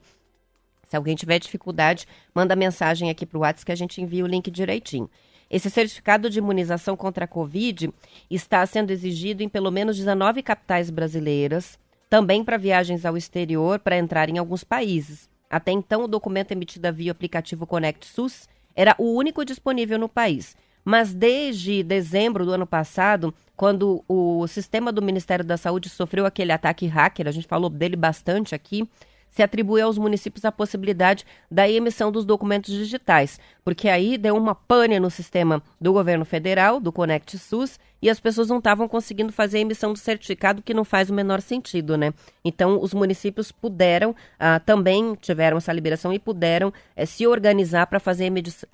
Speaker 2: Se alguém tiver dificuldade, manda mensagem aqui para o WhatsApp que a gente envia o link direitinho. Esse certificado de imunização contra a Covid está sendo exigido em pelo menos dezenove capitais brasileiras, também para viagens ao exterior para entrar em alguns países. Até então, o documento emitido via aplicativo Conect SUS era o único disponível no país. Mas desde dezembro do ano passado, quando o sistema do Ministério da Saúde sofreu aquele ataque hacker, a gente falou dele bastante aqui, se atribui aos municípios a possibilidade da emissão dos documentos digitais, porque aí deu uma pane no sistema do governo federal, do Conect SUS, e as pessoas não estavam conseguindo fazer a emissão do certificado, que não faz o menor sentido, né? Então, os municípios puderam, ah, também tiveram essa liberação e puderam eh, se organizar para fazer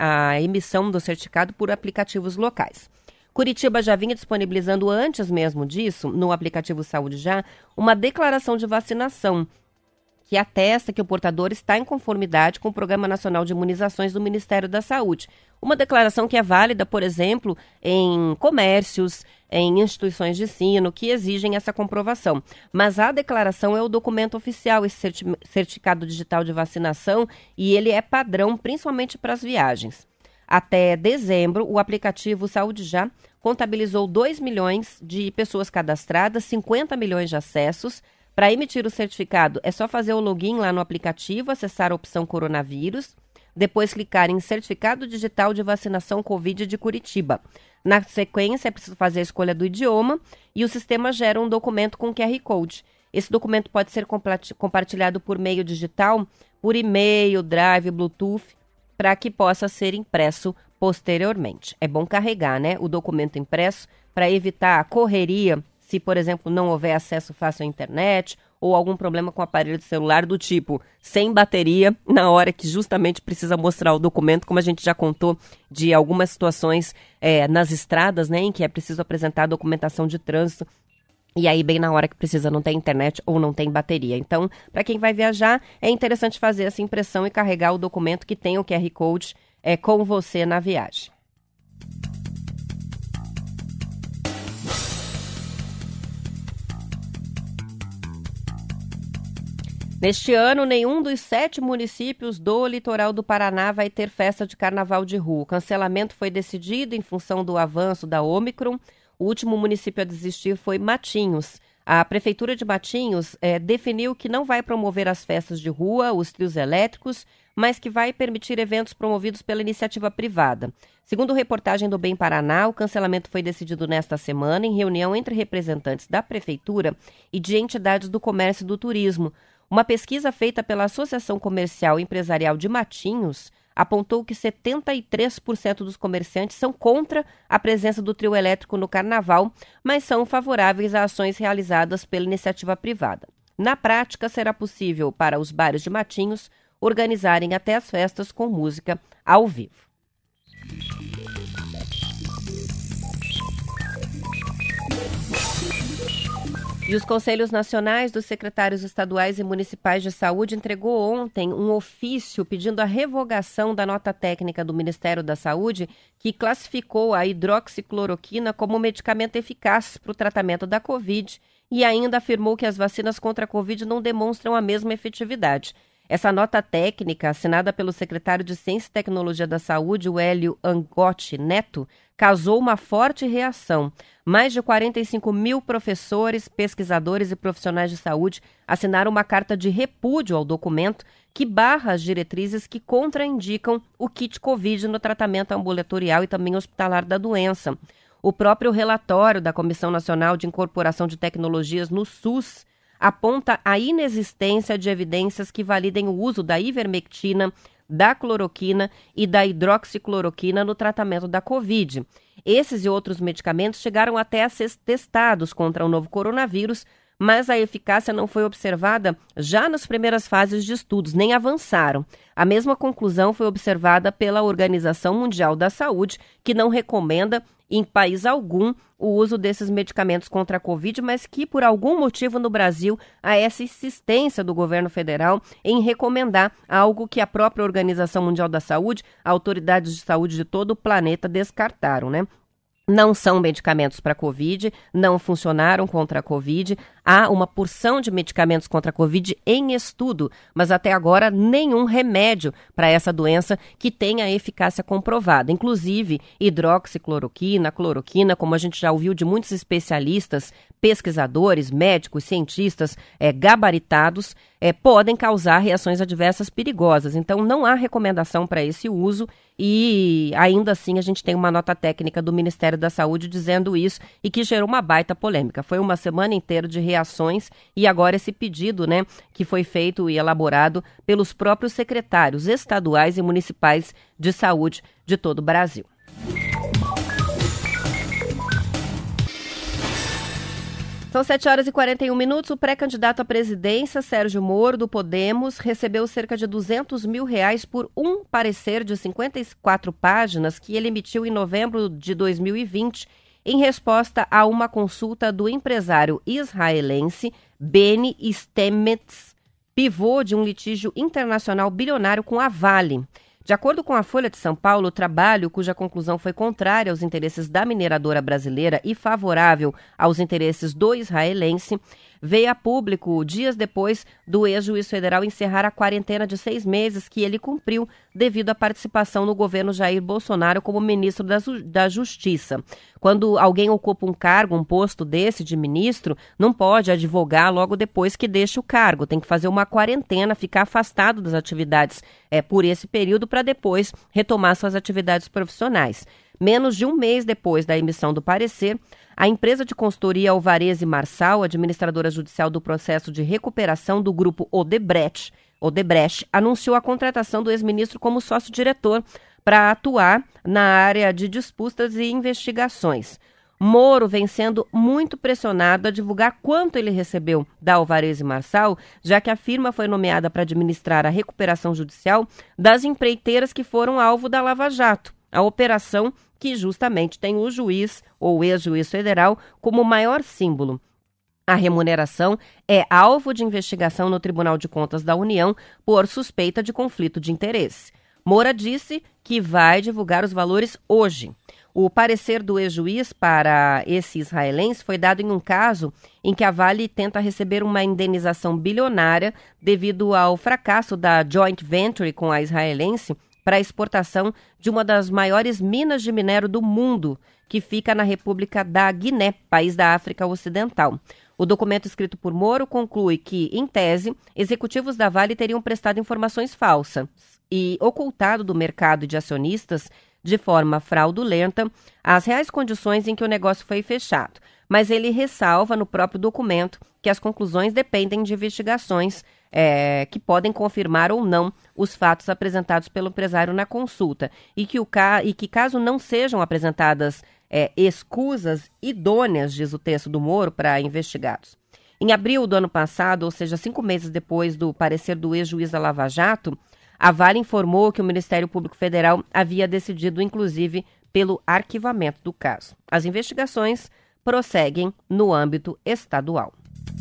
Speaker 2: a emissão do certificado por aplicativos locais. Curitiba já vinha disponibilizando antes mesmo disso, no aplicativo Saúde Já, uma declaração de vacinação, que atesta que o portador está em conformidade com o Programa Nacional de Imunizações do Ministério da Saúde. Uma declaração que é válida, por exemplo, em comércios, em instituições de ensino, que exigem essa comprovação. Mas a declaração é o documento oficial, esse certificado digital de vacinação, e ele é padrão principalmente para as viagens. Até dezembro, o aplicativo Saúde Já contabilizou dois milhões de pessoas cadastradas, cinquenta milhões de acessos. Para emitir o certificado, é só fazer o login lá no aplicativo, acessar a opção coronavírus, depois clicar em Certificado Digital de Vacinação Covid de Curitiba. Na sequência, é preciso fazer a escolha do idioma e o sistema gera um documento com Q R Code. Esse documento pode ser compartilhado por meio digital, por e-mail, drive, Bluetooth, para que possa ser impresso posteriormente. É bom carregar, né, o documento impresso para evitar a correria, se, por exemplo, não houver acesso fácil à internet ou algum problema com o aparelho de celular do tipo sem bateria, na hora que justamente precisa mostrar o documento, como a gente já contou de algumas situações é, nas estradas, né, em que é preciso apresentar a documentação de trânsito. E aí, bem na hora que precisa, não tem internet ou não tem bateria. Então, para quem vai viajar, é interessante fazer essa impressão e carregar o documento que tem o Q R Code é, com você na viagem. Neste ano, nenhum dos sete municípios do litoral do Paraná vai ter festa de carnaval de rua. O cancelamento foi decidido em função do avanço da Ômicron. O último município a desistir foi Matinhos. A Prefeitura de Matinhos eh, definiu que não vai promover as festas de rua, os trios elétricos, mas que vai permitir eventos promovidos pela iniciativa privada. Segundo reportagem do Bem Paraná, o cancelamento foi decidido nesta semana em reunião entre representantes da Prefeitura e de entidades do comércio e do turismo. Uma pesquisa feita pela Associação Comercial e Empresarial de Matinhos apontou que setenta e três por cento dos comerciantes são contra a presença do trio elétrico no carnaval, mas são favoráveis a ações realizadas pela iniciativa privada. Na prática, será possível para os bares de Matinhos organizarem até as festas com música ao vivo. E os Conselhos Nacionais dos Secretários Estaduais e Municipais de Saúde entregou ontem um ofício pedindo a revogação da nota técnica do Ministério da Saúde que classificou a hidroxicloroquina como medicamento eficaz para o tratamento da Covid e ainda afirmou que as vacinas contra a Covid não demonstram a mesma efetividade. Essa nota técnica, assinada pelo secretário de Ciência e Tecnologia da Saúde, o Hélio Angotti Neto, causou uma forte reação. Mais de quarenta e cinco mil professores, pesquisadores e profissionais de saúde assinaram uma carta de repúdio ao documento que barra as diretrizes que contraindicam o kit Covid no tratamento ambulatorial e também hospitalar da doença. O próprio relatório da Comissão Nacional de Incorporação de Tecnologias no SUS aponta a inexistência de evidências que validem o uso da ivermectina, da cloroquina e da hidroxicloroquina no tratamento da Covid. Esses e outros medicamentos chegaram até a ser testados contra o novo coronavírus, mas a eficácia não foi observada já nas primeiras fases de estudos, nem avançaram. A mesma conclusão foi observada pela Organização Mundial da Saúde, que não recomenda em país algum o uso desses medicamentos contra a Covid, mas que, por algum motivo no Brasil, há essa insistência do governo federal em recomendar algo que a própria Organização Mundial da Saúde, autoridades de saúde de todo o planeta descartaram, né? Não são medicamentos para a Covid, não funcionaram contra a Covid. Há uma porção de medicamentos contra a Covid em estudo, mas até agora nenhum remédio para essa doença que tenha eficácia comprovada. Inclusive, hidroxicloroquina, cloroquina, como a gente já ouviu de muitos especialistas, pesquisadores, médicos, cientistas é, gabaritados, é, podem causar reações adversas perigosas. Então, não há recomendação para esse uso e, ainda assim, a gente tem uma nota técnica do Ministério da Saúde dizendo isso e que gerou uma baita polêmica. Foi uma semana inteira de reações e agora esse pedido, né, que foi feito e elaborado pelos próprios secretários estaduais e municipais de saúde de todo o Brasil. São sete horas e quarenta e um minutos. O pré-candidato à presidência, Sérgio Moro, do Podemos, recebeu cerca de duzentos mil reais por um parecer de cinquenta e quatro páginas que ele emitiu em novembro de dois mil e vinte, em resposta a uma consulta do empresário israelense Benny Stemmetz, pivô de um litígio internacional bilionário com a Vale. De acordo com a Folha de São Paulo, o trabalho, cuja conclusão foi contrária aos interesses da mineradora brasileira e favorável aos interesses do israelense, veio a público dias depois do ex-juiz federal encerrar a quarentena de seis meses que ele cumpriu devido à participação no governo Jair Bolsonaro como ministro da, da Justiça. Quando alguém ocupa um cargo, um posto desse de ministro, não pode advogar logo depois que deixa o cargo. Tem que fazer uma quarentena, ficar afastado das atividades é, por esse período para depois retomar suas atividades profissionais. Menos de um mês depois da emissão do parecer, a empresa de consultoria Alvarez e Marçal, administradora judicial do processo de recuperação do grupo Odebrecht, Odebrecht anunciou a contratação do ex-ministro como sócio-diretor para atuar na área de disputas e investigações. Moro vem sendo muito pressionado a divulgar quanto ele recebeu da Alvarez e Marçal, já que a firma foi nomeada para administrar a recuperação judicial das empreiteiras que foram alvo da Lava Jato, a operação que justamente tem o juiz ou ex-juiz federal como maior símbolo. A remuneração é alvo de investigação no Tribunal de Contas da União por suspeita de conflito de interesse. Moura disse que vai divulgar os valores hoje. O parecer do ex-juiz para esse israelense foi dado em um caso em que a Vale tenta receber uma indenização bilionária devido ao fracasso da joint venture com a israelense para a exportação de uma das maiores minas de minério do mundo, que fica na República da Guiné, país da África Ocidental. O documento escrito por Moro conclui que, em tese, executivos da Vale teriam prestado informações falsas e ocultado do mercado e de acionistas, de forma fraudulenta, as reais condições em que o negócio foi fechado. Mas ele ressalva no próprio documento que as conclusões dependem de investigações é, que podem confirmar ou não os fatos apresentados pelo empresário na consulta e que, o ca... e que caso não sejam apresentadas é, escusas idôneas, diz o texto do Moro, para investigados. Em abril do ano passado, ou seja, cinco meses depois do parecer do ex-juiz da Lava Jato, a Vale informou que o Ministério Público Federal havia decidido, inclusive, pelo arquivamento do caso. As investigações prosseguem no âmbito estadual.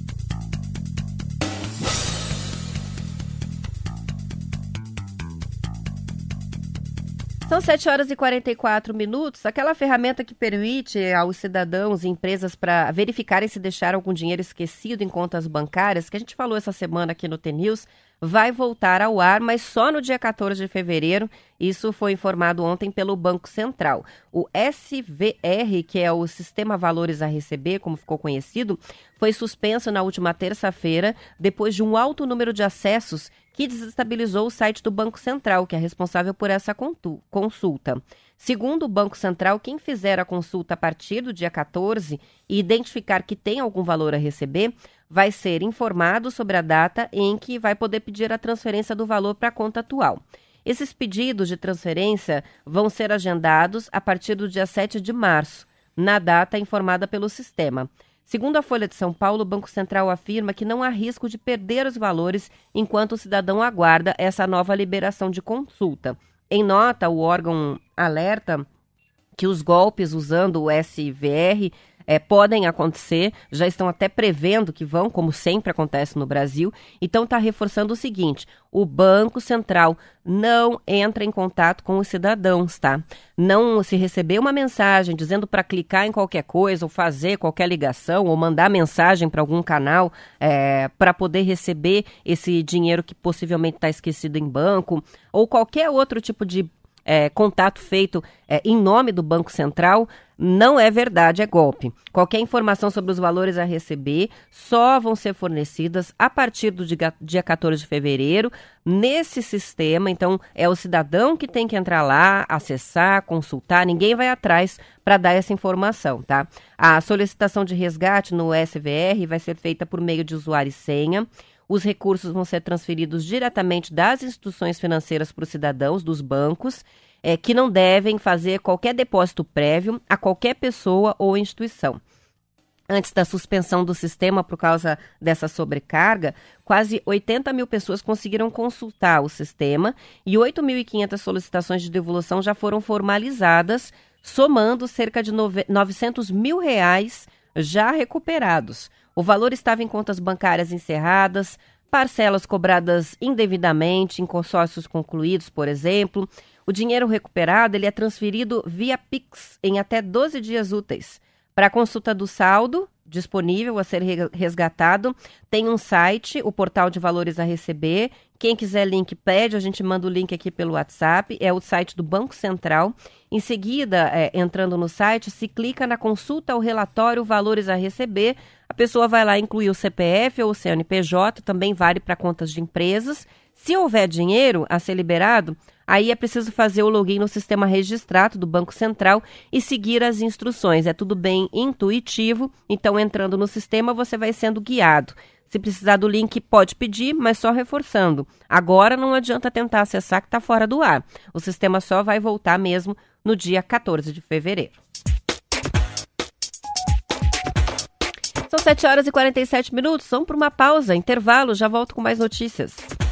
Speaker 2: São sete horas e quarenta e quatro minutos. Aquela ferramenta que permite aos cidadãos e empresas para verificarem se deixaram algum dinheiro esquecido em contas bancárias, que a gente falou essa semana aqui no T News, vai voltar ao ar, mas só no dia quatorze de fevereiro. Isso foi informado ontem pelo Banco Central. O S V R, que é o Sistema Valores a Receber, como ficou conhecido, foi suspenso na última terça-feira, depois de um alto número de acessos que desestabilizou o site do Banco Central, que é responsável por essa consulta. Segundo o Banco Central, quem fizer a consulta a partir do dia quatorze e identificar que tem algum valor a receber, vai ser informado sobre a data em que vai poder pedir a transferência do valor para a conta atual. Esses pedidos de transferência vão ser agendados a partir do dia sete de março, na data informada pelo sistema. Segundo a Folha de São Paulo, o Banco Central afirma que não há risco de perder os valores enquanto o cidadão aguarda essa nova liberação de consulta. Em nota, o órgão alerta que os golpes usando o S V R é, podem acontecer, já estão até prevendo que vão, como sempre acontece no Brasil. Então está reforçando o seguinte: o Banco Central não entra em contato com os cidadãos, tá? Não se receber uma mensagem dizendo para clicar em qualquer coisa ou fazer qualquer ligação ou mandar mensagem para algum canal é, para poder receber esse dinheiro que possivelmente está esquecido em banco ou qualquer outro tipo de É, contato feito é, em nome do Banco Central, não é verdade, é golpe. Qualquer informação sobre os valores a receber só vão ser fornecidas a partir do dia, dia quatorze de fevereiro nesse sistema. Então, é o cidadão que tem que entrar lá, acessar, consultar, ninguém vai atrás para dar essa informação, tá? A solicitação de resgate no S V R vai ser feita por meio de usuário e senha. Os recursos vão ser transferidos diretamente das instituições financeiras para os cidadãos, dos bancos, é, que não devem fazer qualquer depósito prévio a qualquer pessoa ou instituição. Antes da suspensão do sistema por causa dessa sobrecarga, quase oitenta mil pessoas conseguiram consultar o sistema e oito mil e quinhentas solicitações de devolução já foram formalizadas, somando cerca de novecentos mil reais já recuperados. O valor estava em contas bancárias encerradas, parcelas cobradas indevidamente em consórcios concluídos, por exemplo. O dinheiro recuperado ele é transferido via Pix em até doze dias úteis Para consulta do saldo, disponível a ser resgatado, tem um site, o portal de valores a receber. Quem quiser link, pede, a gente manda o link aqui pelo WhatsApp, é o site do Banco Central. Em seguida, é, entrando no site, se clica na consulta ao relatório valores a receber, a pessoa vai lá incluir o C P F ou o C N P J, também vale para contas de empresas. Se houver dinheiro a ser liberado, aí é preciso fazer o login no sistema registrado do Banco Central e seguir as instruções. É tudo bem intuitivo, então entrando no sistema você vai sendo guiado. Se precisar do link, pode pedir, mas só reforçando. Agora não adianta tentar acessar que está fora do ar. O sistema só vai voltar mesmo no dia quatorze de fevereiro. São sete horas e quarenta e sete minutos, vamos para uma pausa, intervalo, já volto com mais notícias.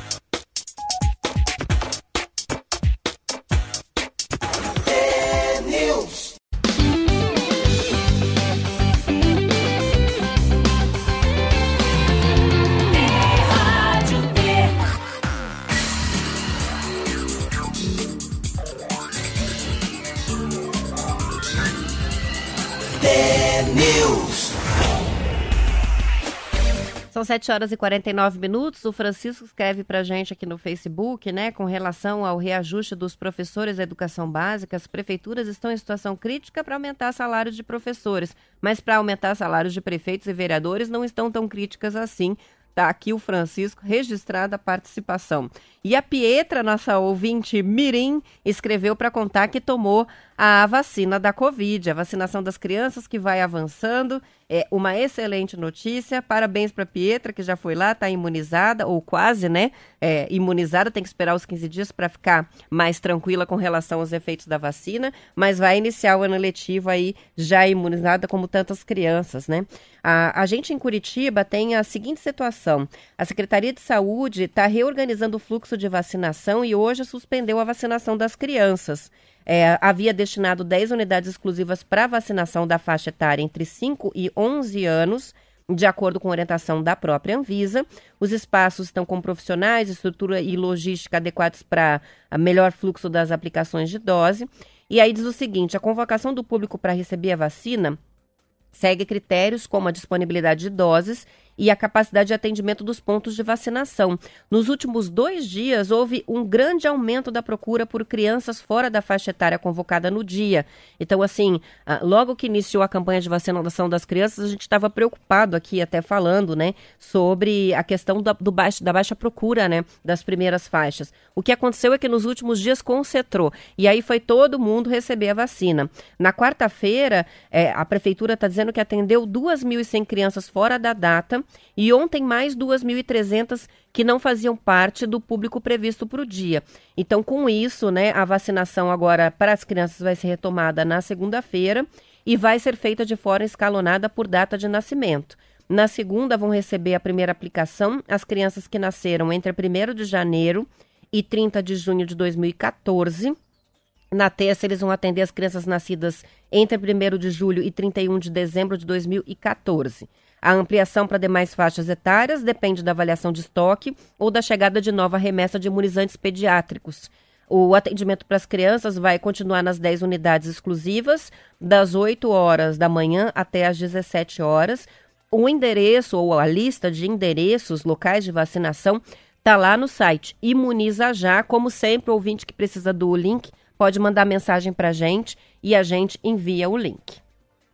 Speaker 2: São sete horas e quarenta e nove minutos. O Francisco escreve para a gente aqui no Facebook, né, com relação ao reajuste dos professores da educação básica. As prefeituras estão em situação crítica para aumentar salários de professores, mas para aumentar salários de prefeitos e vereadores não estão tão críticas assim. Está aqui o Francisco, registrada a participação. E a Pietra, nossa ouvinte mirim, escreveu para contar que tomou a vacina da Covid, a vacinação das crianças que vai avançando. É uma excelente notícia. Parabéns para a Pietra, que já foi lá, está imunizada, ou quase, né? É, imunizada, tem que esperar os quinze dias para ficar mais tranquila com relação aos efeitos da vacina, mas vai iniciar o ano letivo aí já imunizada, como tantas crianças, né? A, a gente em Curitiba tem a seguinte situação: a Secretaria de Saúde está reorganizando o fluxo de vacinação e hoje suspendeu a vacinação das crianças. É, havia destinado dez unidades exclusivas para vacinação da faixa etária entre cinco e onze anos, de acordo com a orientação da própria Anvisa. Os espaços estão com profissionais, estrutura e logística adequados para melhor fluxo das aplicações de dose. E aí diz o seguinte: a convocação do público para receber a vacina segue critérios como a disponibilidade de doses e a capacidade de atendimento dos pontos de vacinação. Nos últimos dois dias, houve um grande aumento da procura por crianças fora da faixa etária convocada no dia. Então, assim, logo que iniciou a campanha de vacinação das crianças, a gente estava preocupado aqui, até falando, né, sobre a questão da, do baixo, da baixa procura, né, das primeiras faixas. O que aconteceu é que nos últimos dias concentrou, e aí foi todo mundo receber a vacina. Na quarta-feira, é, a prefeitura está dizendo que atendeu duas mil e cem crianças fora da data, e ontem mais duas mil e trezentas que não faziam parte do público previsto para o dia. Então, com isso, né, a vacinação agora para as crianças vai ser retomada na segunda-feira e vai ser feita de forma escalonada por data de nascimento. Na segunda vão receber a primeira aplicação as crianças que nasceram entre primeiro de janeiro e trinta de junho de dois mil e catorze. Na terça, eles vão atender as crianças nascidas entre primeiro de julho e trinta e um de dezembro de dois mil e catorze. A ampliação para demais faixas etárias depende da avaliação de estoque ou da chegada de nova remessa de imunizantes pediátricos. O atendimento para as crianças vai continuar nas dez unidades exclusivas, das oito horas da manhã até as dezessete horas. O endereço ou a lista de endereços locais de vacinação está lá no site Imuniza Já. Como sempre, o ouvinte que precisa do link pode mandar mensagem para a gente e a gente envia o link.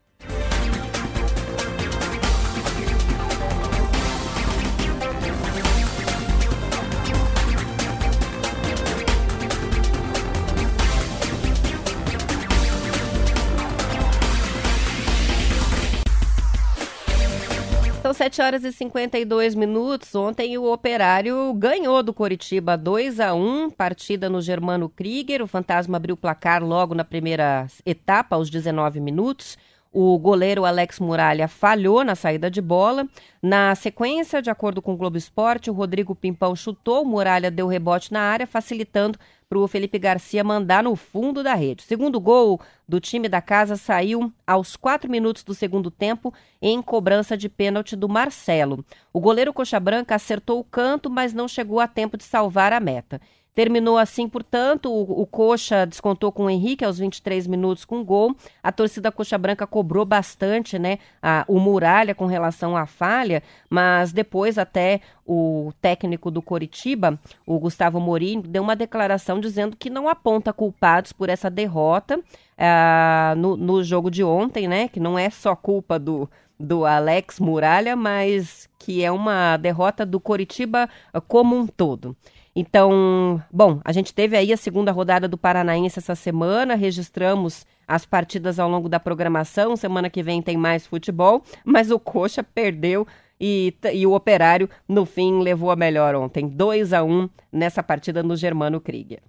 Speaker 2: São sete horas e cinquenta e dois minutos. Ontem o Operário ganhou do Coritiba dois a um, partida no Germano Krieger. O Fantasma abriu o placar logo na primeira etapa, aos dezenove minutos. O goleiro Alex Muralha falhou na saída de bola. Na sequência, de acordo com o Globo Esporte, o Rodrigo Pimpão chutou, o Muralha deu rebote na área, facilitando para o Felipe Garcia mandar no fundo da rede. O segundo gol do time da casa saiu aos quatro minutos do segundo tempo em cobrança de pênalti do Marcelo. O goleiro Coxa Branca acertou o canto, mas não chegou a tempo de salvar a meta. Terminou assim, portanto, o, o Coxa descontou com o Henrique aos vinte e três minutos com gol. A torcida Coxa Branca cobrou bastante, né, a, o Muralha com relação à falha, mas depois até o técnico do Coritiba, o Gustavo Morim, deu uma declaração dizendo que não aponta culpados por essa derrota uh, no, no jogo de ontem, né, que não é só culpa do, do Alex Muralha, mas que é uma derrota do Coritiba uh, como um todo. Então, bom, a gente teve aí a segunda rodada do Paranaense essa semana, registramos as partidas ao longo da programação, semana que vem tem mais futebol, mas o Coxa perdeu e, e o Operário, no fim, levou a melhor ontem, dois a um nessa partida no Germano Krieger.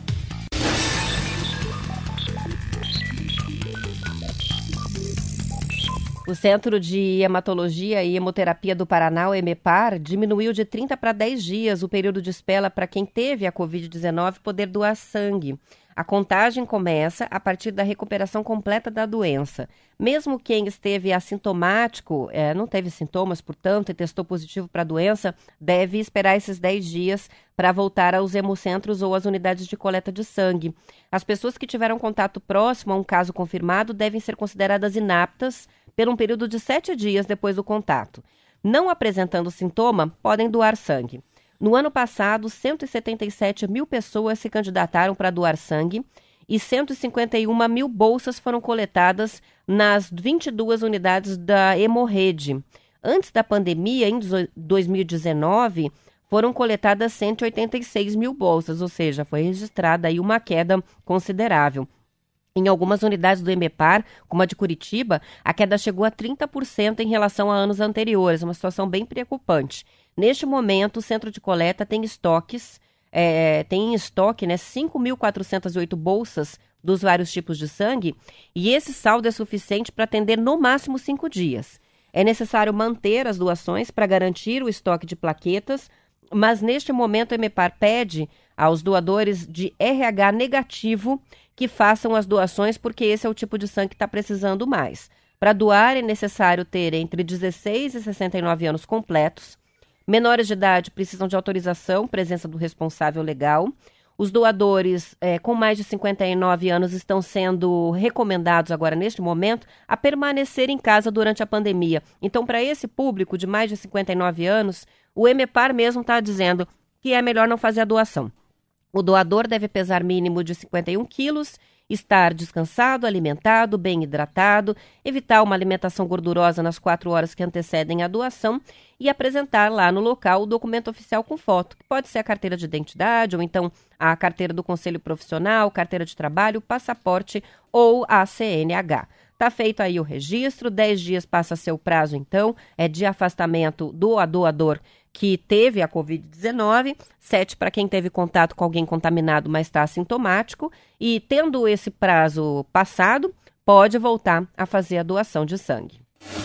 Speaker 2: O Centro de Hematologia e Hemoterapia do Paraná, o EMEPAR, diminuiu de trinta para dez dias o período de espera para quem teve a covid dezenove poder doar sangue. A contagem começa a partir da recuperação completa da doença. Mesmo quem esteve assintomático, é, não teve sintomas, portanto, e testou positivo para a doença, deve esperar esses dez dias para voltar aos hemocentros ou às unidades de coleta de sangue. As pessoas que tiveram contato próximo a um caso confirmado devem ser consideradas inaptas por um período de sete dias depois do contato. Não apresentando sintoma, podem doar sangue. No ano passado, cento e setenta e sete mil pessoas se candidataram para doar sangue e cento e cinquenta e uma mil bolsas foram coletadas nas vinte e duas unidades da Hemorrede. Antes da pandemia, em dois mil e dezenove, foram coletadas cento e oitenta e seis mil bolsas, ou seja, foi registrada aí uma queda considerável. Em algumas unidades do EMEPAR, como a de Curitiba, a queda chegou a trinta por cento em relação a anos anteriores, uma situação bem preocupante. Neste momento, o centro de coleta tem estoques, é, tem em estoque né, cinco mil quatrocentas e oito bolsas dos vários tipos de sangue, e esse saldo é suficiente para atender no máximo cinco dias. É necessário manter as doações para garantir o estoque de plaquetas, mas neste momento o EMEPAR pede aos doadores de R H negativo que façam as doações, porque esse é o tipo de sangue que está precisando mais. Para doar é necessário ter entre dezesseis e sessenta e nove anos completos. Menores de idade precisam de autorização, presença do responsável legal. Os doadores é, com mais de cinquenta e nove anos estão sendo recomendados agora, neste momento, a permanecer em casa durante a pandemia. Então, para esse público de mais de cinquenta e nove anos, o EMEPAR mesmo está dizendo que é melhor não fazer a doação. O doador deve pesar mínimo de cinquenta e um quilos, estar descansado, alimentado, bem hidratado, evitar uma alimentação gordurosa nas quatro horas que antecedem a doação e apresentar lá no local o documento oficial com foto, que pode ser a carteira de identidade ou então a carteira do Conselho Profissional, carteira de trabalho, passaporte ou a C N H. Está feito aí o registro, dez dias passa a ser o prazo, então, é de afastamento do doador que teve a covid dezenove, sete para quem teve contato com alguém contaminado, mas está assintomático, e tendo esse prazo passado, pode voltar a fazer a doação de sangue.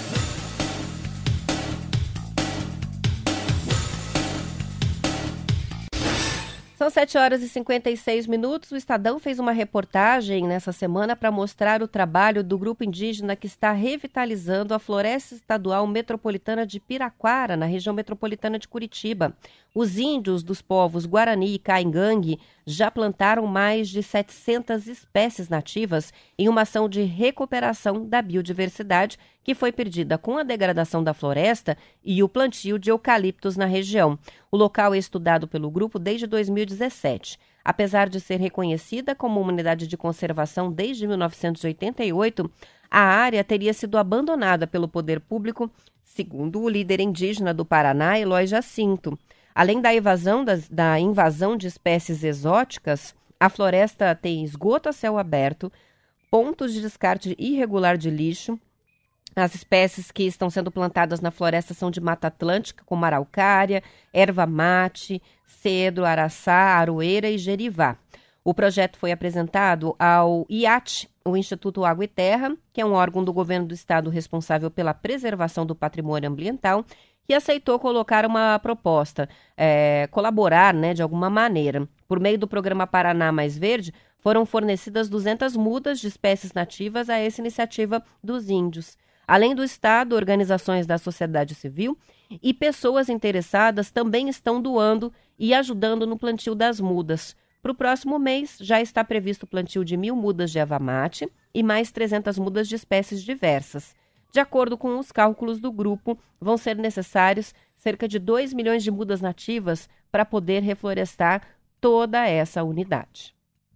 Speaker 2: São sete horas e cinquenta e seis minutos. O Estadão fez uma reportagem nessa semana para mostrar o trabalho do grupo indígena que está revitalizando a Floresta Estadual Metropolitana de Piraquara, na região metropolitana de Curitiba. Os índios dos povos Guarani e Caingangue já plantaram mais de setecentas espécies nativas em uma ação de recuperação da biodiversidade que foi perdida com a degradação da floresta e o plantio de eucaliptos na região. O local é estudado pelo grupo desde dois mil e dezessete. Apesar de ser reconhecida como uma unidade de conservação desde mil novecentos e oitenta e oito, a área teria sido abandonada pelo poder público, segundo o líder indígena do Paraná, Eloy Jacinto. Além da invasão, das, da invasão de espécies exóticas, a floresta tem esgoto a céu aberto, pontos de descarte irregular de lixo. As espécies que estão sendo plantadas na floresta são de mata atlântica, como araucária, erva mate, cedro, araçá, aroeira e gerivá. O projeto foi apresentado ao I A T, o Instituto Água e Terra, que é um órgão do governo do estado responsável pela preservação do patrimônio ambiental, que aceitou colocar uma proposta, é, colaborar né, de alguma maneira. Por meio do programa Paraná Mais Verde, foram fornecidas duzentas mudas de espécies nativas a essa iniciativa dos índios. Além do Estado, organizações da sociedade civil e pessoas interessadas também estão doando e ajudando no plantio das mudas. Para o próximo mês, já está previsto o plantio de mil mudas de erva mate e mais trezentas mudas de espécies diversas. De acordo com os cálculos do grupo, vão ser necessários cerca de dois milhões de mudas nativas para poder reflorestar toda essa unidade.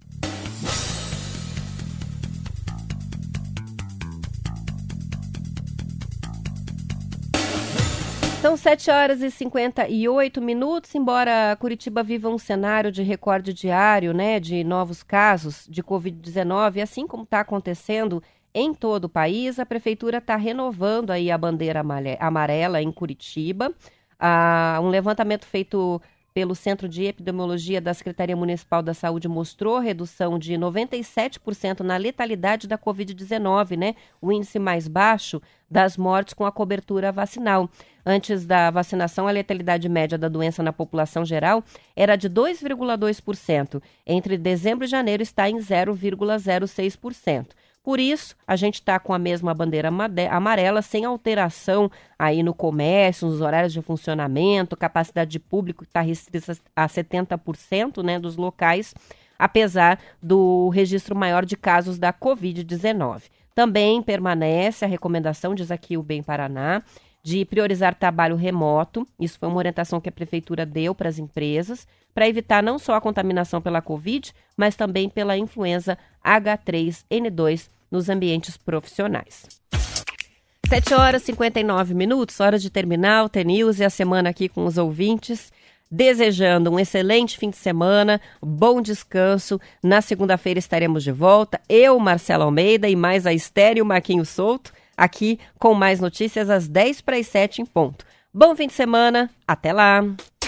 Speaker 2: São sete horas e cinquenta e oito minutos, embora Curitiba viva um cenário de recorde diário, né, de novos casos de covid dezenove, assim como está acontecendo em todo o país, a Prefeitura está renovando aí a bandeira amarela em Curitiba. Ah, um levantamento feito pelo Centro de Epidemiologia da Secretaria Municipal da Saúde mostrou redução de noventa e sete por cento na letalidade da covid dezenove, né? O índice mais baixo das mortes com a cobertura vacinal. Antes da vacinação, a letalidade média da doença na população geral era de dois vírgula dois por cento. Entre dezembro e janeiro está em zero vírgula zero seis por cento. Por isso, a gente está com a mesma bandeira amarela, sem alteração aí no comércio, nos horários de funcionamento, capacidade de público que está restrita a setenta por cento, né, dos locais, apesar do registro maior de casos da covid dezenove. Também permanece a recomendação, diz aqui o Bem Paraná, de priorizar trabalho remoto. Isso foi uma orientação que a Prefeitura deu para as empresas, para evitar não só a contaminação pela Covid, mas também pela influenza agá três ene dois nos ambientes profissionais. sete horas e cinquenta e nove minutos, hora de terminar o T-News e a semana aqui com os ouvintes. Desejando um excelente fim de semana, bom descanso. Na segunda-feira estaremos de volta. Eu, Marcela Almeida e mais a Esther e o Marquinhos Souto, aqui com mais notícias às dez para as sete em ponto. Bom fim de semana, até lá!